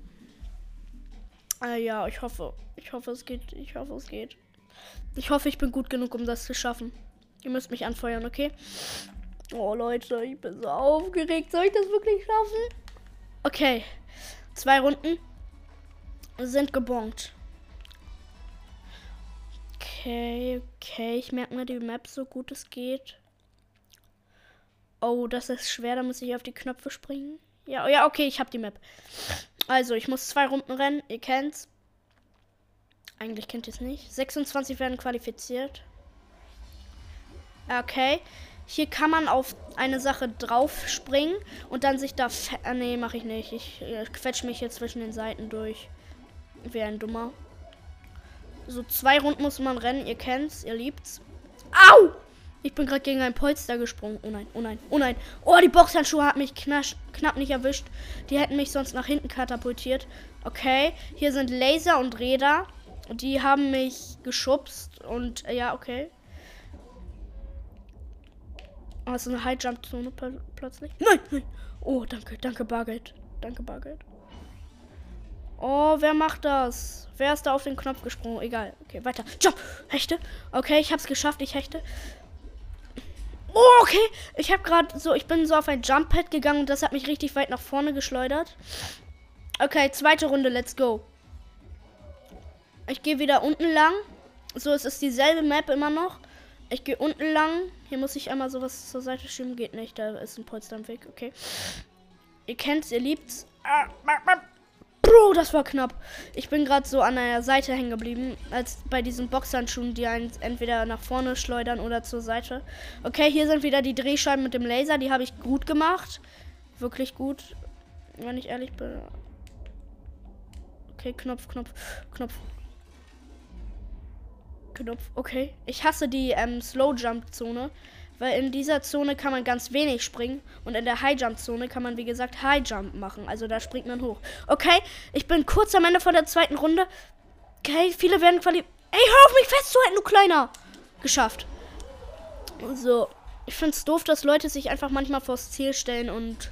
Ja, ich hoffe, es geht. Ich hoffe, ich bin gut genug, um das zu schaffen. Ihr müsst mich anfeuern, okay? Oh, Leute, ich bin so aufgeregt. Soll ich das wirklich schaffen? Okay. 2 Runden sind gebongt. Okay. Ich merke mir die Map so gut es geht. Oh, das ist schwer. Da muss ich auf die Knöpfe springen. Ja, okay, ich habe die Map. Also, ich muss 2 Runden rennen. Ihr kennt's. Eigentlich kennt ihr es nicht. 26 werden qualifiziert. Okay. Hier kann man auf eine Sache drauf springen und dann sich da... nee, mache ich nicht. Ich quetsche mich hier zwischen den Seiten durch. Wie ein Dummer. So 2 Runden muss man rennen. Ihr kennt's, ihr liebt's. Au! Ich bin gerade gegen ein Polster gesprungen. Oh nein, oh nein, oh nein. Oh, die Boxhandschuhe hat mich knapp nicht erwischt. Die hätten mich sonst nach hinten katapultiert. Okay, hier sind Laser und Räder. Die haben mich geschubst. Und ja, okay. Oh, ist eine High-Jump-Zone plötzlich. Nein, nein. Oh, danke, danke, Bargeld. Danke, Bargeld. Oh, wer macht das? Wer ist da auf den Knopf gesprungen? Egal. Okay, weiter. Jump! Hechte. Okay, ich hab's geschafft. Ich hechte. Oh, okay. Ich bin so auf ein Jump-Pad gegangen und das hat mich richtig weit nach vorne geschleudert. Okay, zweite Runde. Let's go. Ich gehe wieder unten lang. So, es ist dieselbe Map immer noch. Ich gehe unten lang. Hier muss ich einmal sowas zur Seite schieben. Geht nicht. Da ist ein Polster im Weg. Okay. Ihr kennt's, ihr liebt's. Bro, das war knapp. Ich bin gerade so an der Seite hängen geblieben. Als bei diesen Boxhandschuhen, die einen entweder nach vorne schleudern oder zur Seite. Okay, hier sind wieder die Drehscheiben mit dem Laser. Die habe ich gut gemacht. Wirklich gut. Wenn ich ehrlich bin. Okay, Knopf. Okay. Ich hasse die Slow-Jump-Zone, weil in dieser Zone kann man ganz wenig springen und in der High-Jump-Zone kann man, wie gesagt, High-Jump machen. Also da springt man hoch. Okay, ich bin kurz am Ende von der zweiten Runde. Okay, viele werden Ey, hör auf mich festzuhalten, du Kleiner! Geschafft. So, ich finde es doof, dass Leute sich einfach manchmal vors Ziel stellen und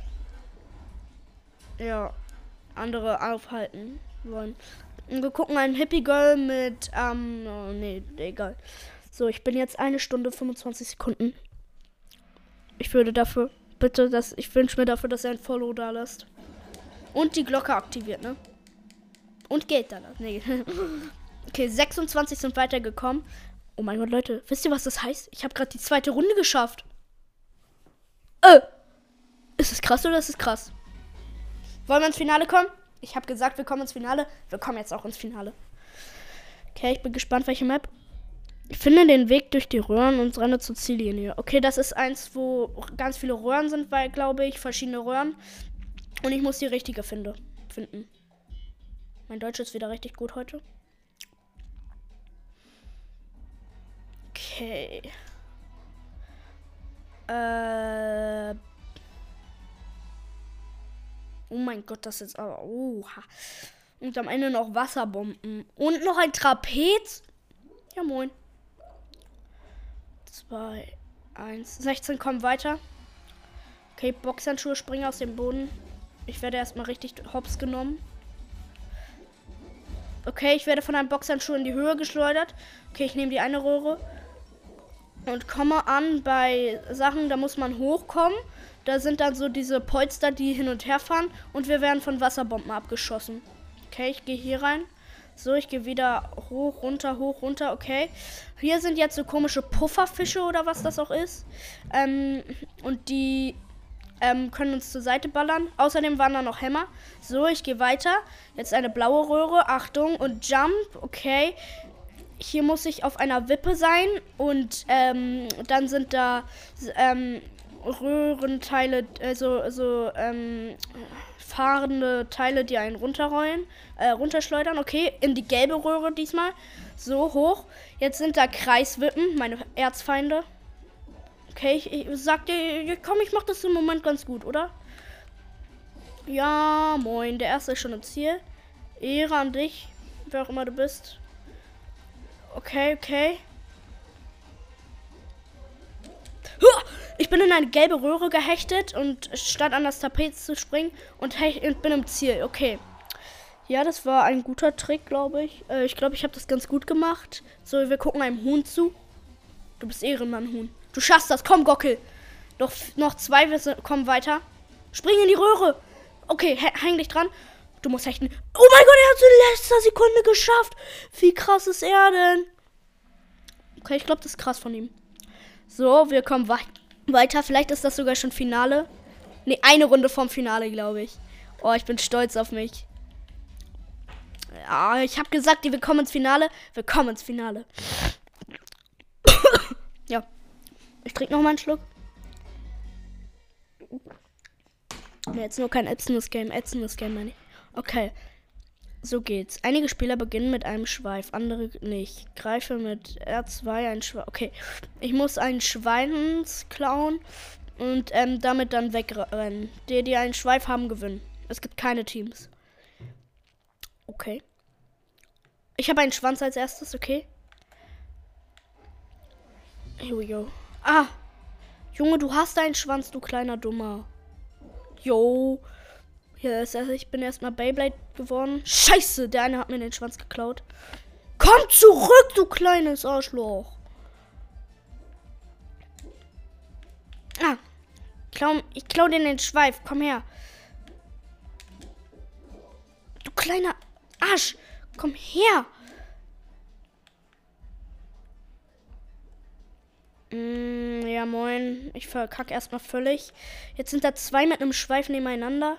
ja, andere aufhalten wollen. Wir gucken ein Hippie-Girl mit, oh, nee, egal. So, ich bin jetzt 1 Stunde 25 Sekunden. Ich würde dafür, ich wünsche mir dafür, dass er ein Follow da lässt. Und die Glocke aktiviert, ne? Und Geld da lässt. Nee. Okay, 26 sind weitergekommen. Oh mein Gott, Leute, wisst ihr, was das heißt? Ich habe gerade die zweite Runde geschafft. Ist es krass oder ist es krass? Wollen wir ins Finale kommen? Ich habe gesagt, wir kommen ins Finale. Wir kommen jetzt auch ins Finale. Okay, ich bin gespannt, welche Map. Ich finde den Weg durch die Röhren und renne zur Ziellinie. Okay, das ist eins, wo ganz viele Röhren sind, weil, glaube ich, verschiedene Röhren. Und ich muss die richtige finden. Mein Deutsch ist wieder richtig gut heute. Okay. Oh mein Gott, das ist aber... Oha. Und am Ende noch Wasserbomben. Und noch ein Trapez. Ja, moin. 2, 1. 16 kommen weiter. Okay, Boxhandschuhe springen aus dem Boden. Ich werde erstmal richtig hops genommen. Okay, ich werde von einem Boxhandschuh in die Höhe geschleudert. Okay, ich nehme die eine Röhre. Und komme an bei Sachen, da muss man hochkommen. Da sind dann so diese Polster, die hin und her fahren. Und wir werden von Wasserbomben abgeschossen. Okay, ich gehe hier rein. So, ich gehe wieder hoch, runter, okay. Hier sind jetzt so komische Pufferfische oder was das auch ist. Und die können uns zur Seite ballern. Außerdem waren da noch Hämmer. So, ich gehe weiter. Jetzt eine blaue Röhre. Achtung und Jump. Okay. Hier muss ich auf einer Wippe sein. Und dann sind da Röhrenteile, fahrende Teile, die einen runterschleudern. Okay, in die gelbe Röhre diesmal. So, hoch. Jetzt sind da Kreiswippen, meine Erzfeinde. Okay, ich sag dir, komm, ich mach das im Moment ganz gut, oder? Ja, moin, der erste ist schon im Ziel. Ehre an dich, wer auch immer du bist. Okay. Ich bin in eine gelbe Röhre gehechtet und stand an das Trapez zu springen und bin im Ziel. Okay. Ja, das war ein guter Trick, glaube ich. Ich glaube, ich habe das ganz gut gemacht. So, wir gucken einem Huhn zu. Du bist Ehrenmann, Huhn. Du schaffst das. Komm, Gockel. Noch 2, wir kommen weiter. Spring in die Röhre. Okay, häng dich dran. Du musst hechten. Oh mein Gott, er hat es in letzter Sekunde geschafft. Wie krass ist er denn? Okay, ich glaube, das ist krass von ihm. So, wir kommen weiter. Vielleicht ist das sogar schon Finale. Ne, eine Runde vom Finale, glaube ich. Oh, ich bin stolz auf mich. Ich habe gesagt, wir kommen ins Finale. Wir kommen ins Finale. Ja. Ich trinke noch mal einen Schluck. Nee, jetzt nur kein ätzendes Game. Ätzendes Game, meine ich. Okay. So geht's. Einige Spieler beginnen mit einem Schweif, andere nicht. Greife mit R2 ein Schweif. Okay. Ich muss einen Schweins klauen und damit dann wegrennen. Die einen Schweif haben, gewinnen. Es gibt keine Teams. Okay. Ich habe einen Schwanz als erstes, okay. Here we go. Ah! Junge, du hast einen Schwanz, du kleiner Dummer. Yo. Hier ist ich bin erstmal Beyblade geworden. Scheiße, der eine hat mir den Schwanz geklaut. Komm zurück, du kleines Arschloch. Ah. Ich klau dir den Schweif. Komm her. Du kleiner Arsch. Komm her. Ja, moin. Ich verkacke erstmal völlig. Jetzt sind da zwei mit einem Schweif nebeneinander.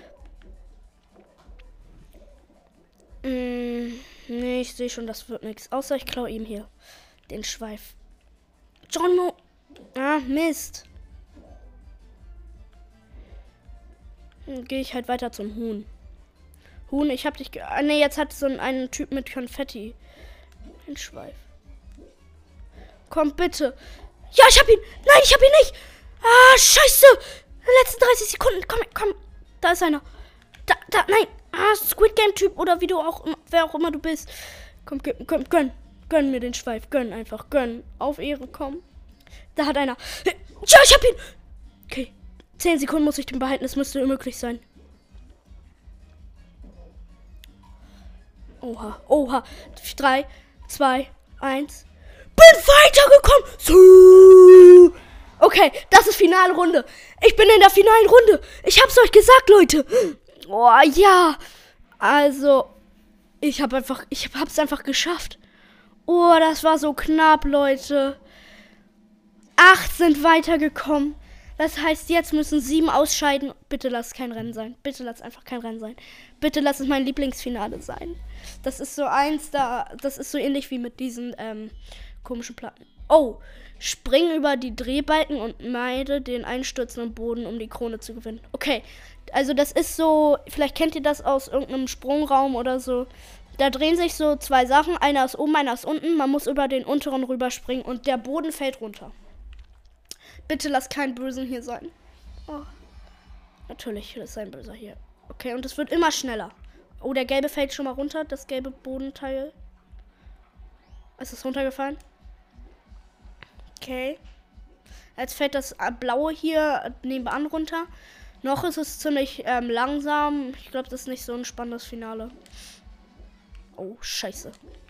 Nee, ich sehe schon, das wird nichts. Außer ich klaue ihm hier den Schweif. Jono. Ah, Mist. Gehe ich halt weiter zum Huhn. Huhn, ich hab dich... nee, jetzt hat so ein Typ mit Konfetti den Schweif. Komm, bitte. Ja, ich hab ihn. Nein, ich hab ihn nicht. Ah, scheiße. Letzten 30 Sekunden. Komm. Da ist einer. Da, nein. Ah, Squid Game Typ oder wie du auch, wer auch immer du bist. Komm, gönn. Gönn mir den Schweif. Gönn einfach. Gönn. Auf Ehre, komm. Da hat einer. Ja, ich hab ihn. Okay. 10 Sekunden muss ich den behalten. Das müsste unmöglich sein. Oha. 3, 2, 1. Bin weitergekommen. Okay, das ist Finalrunde. Ich bin in der finalen Runde. Ich hab's euch gesagt, Leute. Oh, ja. Also, ich hab's einfach geschafft. Oh, das war so knapp, Leute. 8 sind weitergekommen. Das heißt, jetzt müssen 7 ausscheiden. Bitte lass kein Rennen sein. Bitte lass einfach kein Rennen sein. Bitte lass es mein Lieblingsfinale sein. Das ist so das ist so ähnlich wie mit diesen, komischen Platten. Oh, spring über die Drehbalken und meide den einstürzenden Boden, um die Krone zu gewinnen. Okay, also das ist so, vielleicht kennt ihr das aus irgendeinem Sprungraum oder so. Da drehen sich so zwei Sachen, einer ist oben, einer ist unten. Man muss über den unteren rüberspringen und der Boden fällt runter. Bitte lass kein Bösen hier sein. Oh. Natürlich ist ein Böser hier. Okay, und es wird immer schneller. Oh, der gelbe fällt schon mal runter, das gelbe Bodenteil. Ist es runtergefallen? Okay. Jetzt fällt das blaue hier nebenan runter. Noch ist es ziemlich langsam. Ich glaube, das ist nicht so ein spannendes Finale. Oh, scheiße.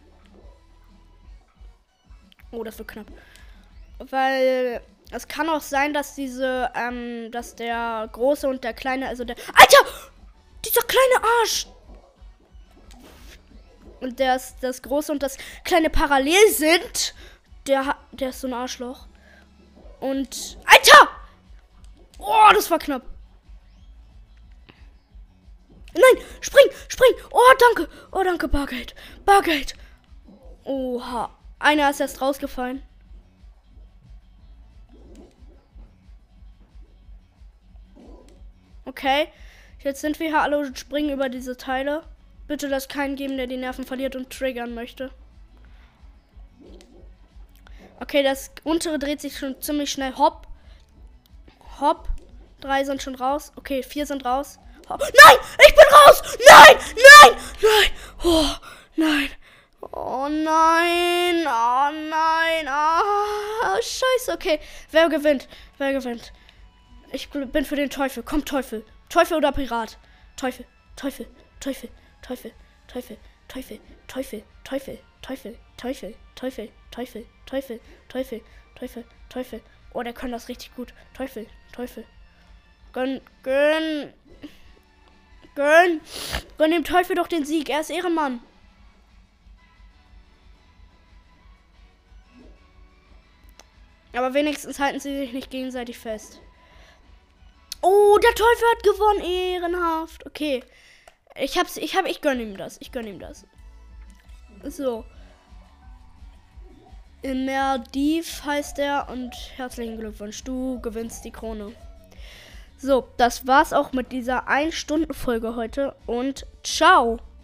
Oh, das wird knapp. Weil es kann auch sein, dass dass der große und der kleine, also der... Alter! Dieser kleine Arsch! Und das große und das kleine parallel sind... Der ist so ein Arschloch. Und... Alter! Oh, das war knapp. Nein, spring! Oh, danke, Bargeld. Oha. Einer ist erst rausgefallen. Okay. Jetzt sind wir hier alle und springen über diese Teile. Bitte lass keinen geben, der die Nerven verliert und triggern möchte. Okay, das untere dreht sich schon ziemlich schnell. Hopp. 3 sind schon raus. Okay, 4 sind raus. Hopp. Nein, ich bin raus. Nein. Oh, nein. Oh nein. Ah, scheiße. Okay, wer gewinnt? Ich bin für den Teufel. Komm, Teufel. Teufel oder Pirat? Teufel. Oh, der kann das richtig gut. Teufel. Gönn dem Teufel doch den Sieg. Er ist Ehrenmann. Aber wenigstens halten sie sich nicht gegenseitig fest. Oh, der Teufel hat gewonnen. Ehrenhaft. Okay. Ich gönn ihm das. So. Immerdiv heißt er und herzlichen Glückwunsch, du gewinnst die Krone. So, das war's auch mit dieser 1-Stunden-Folge heute und ciao!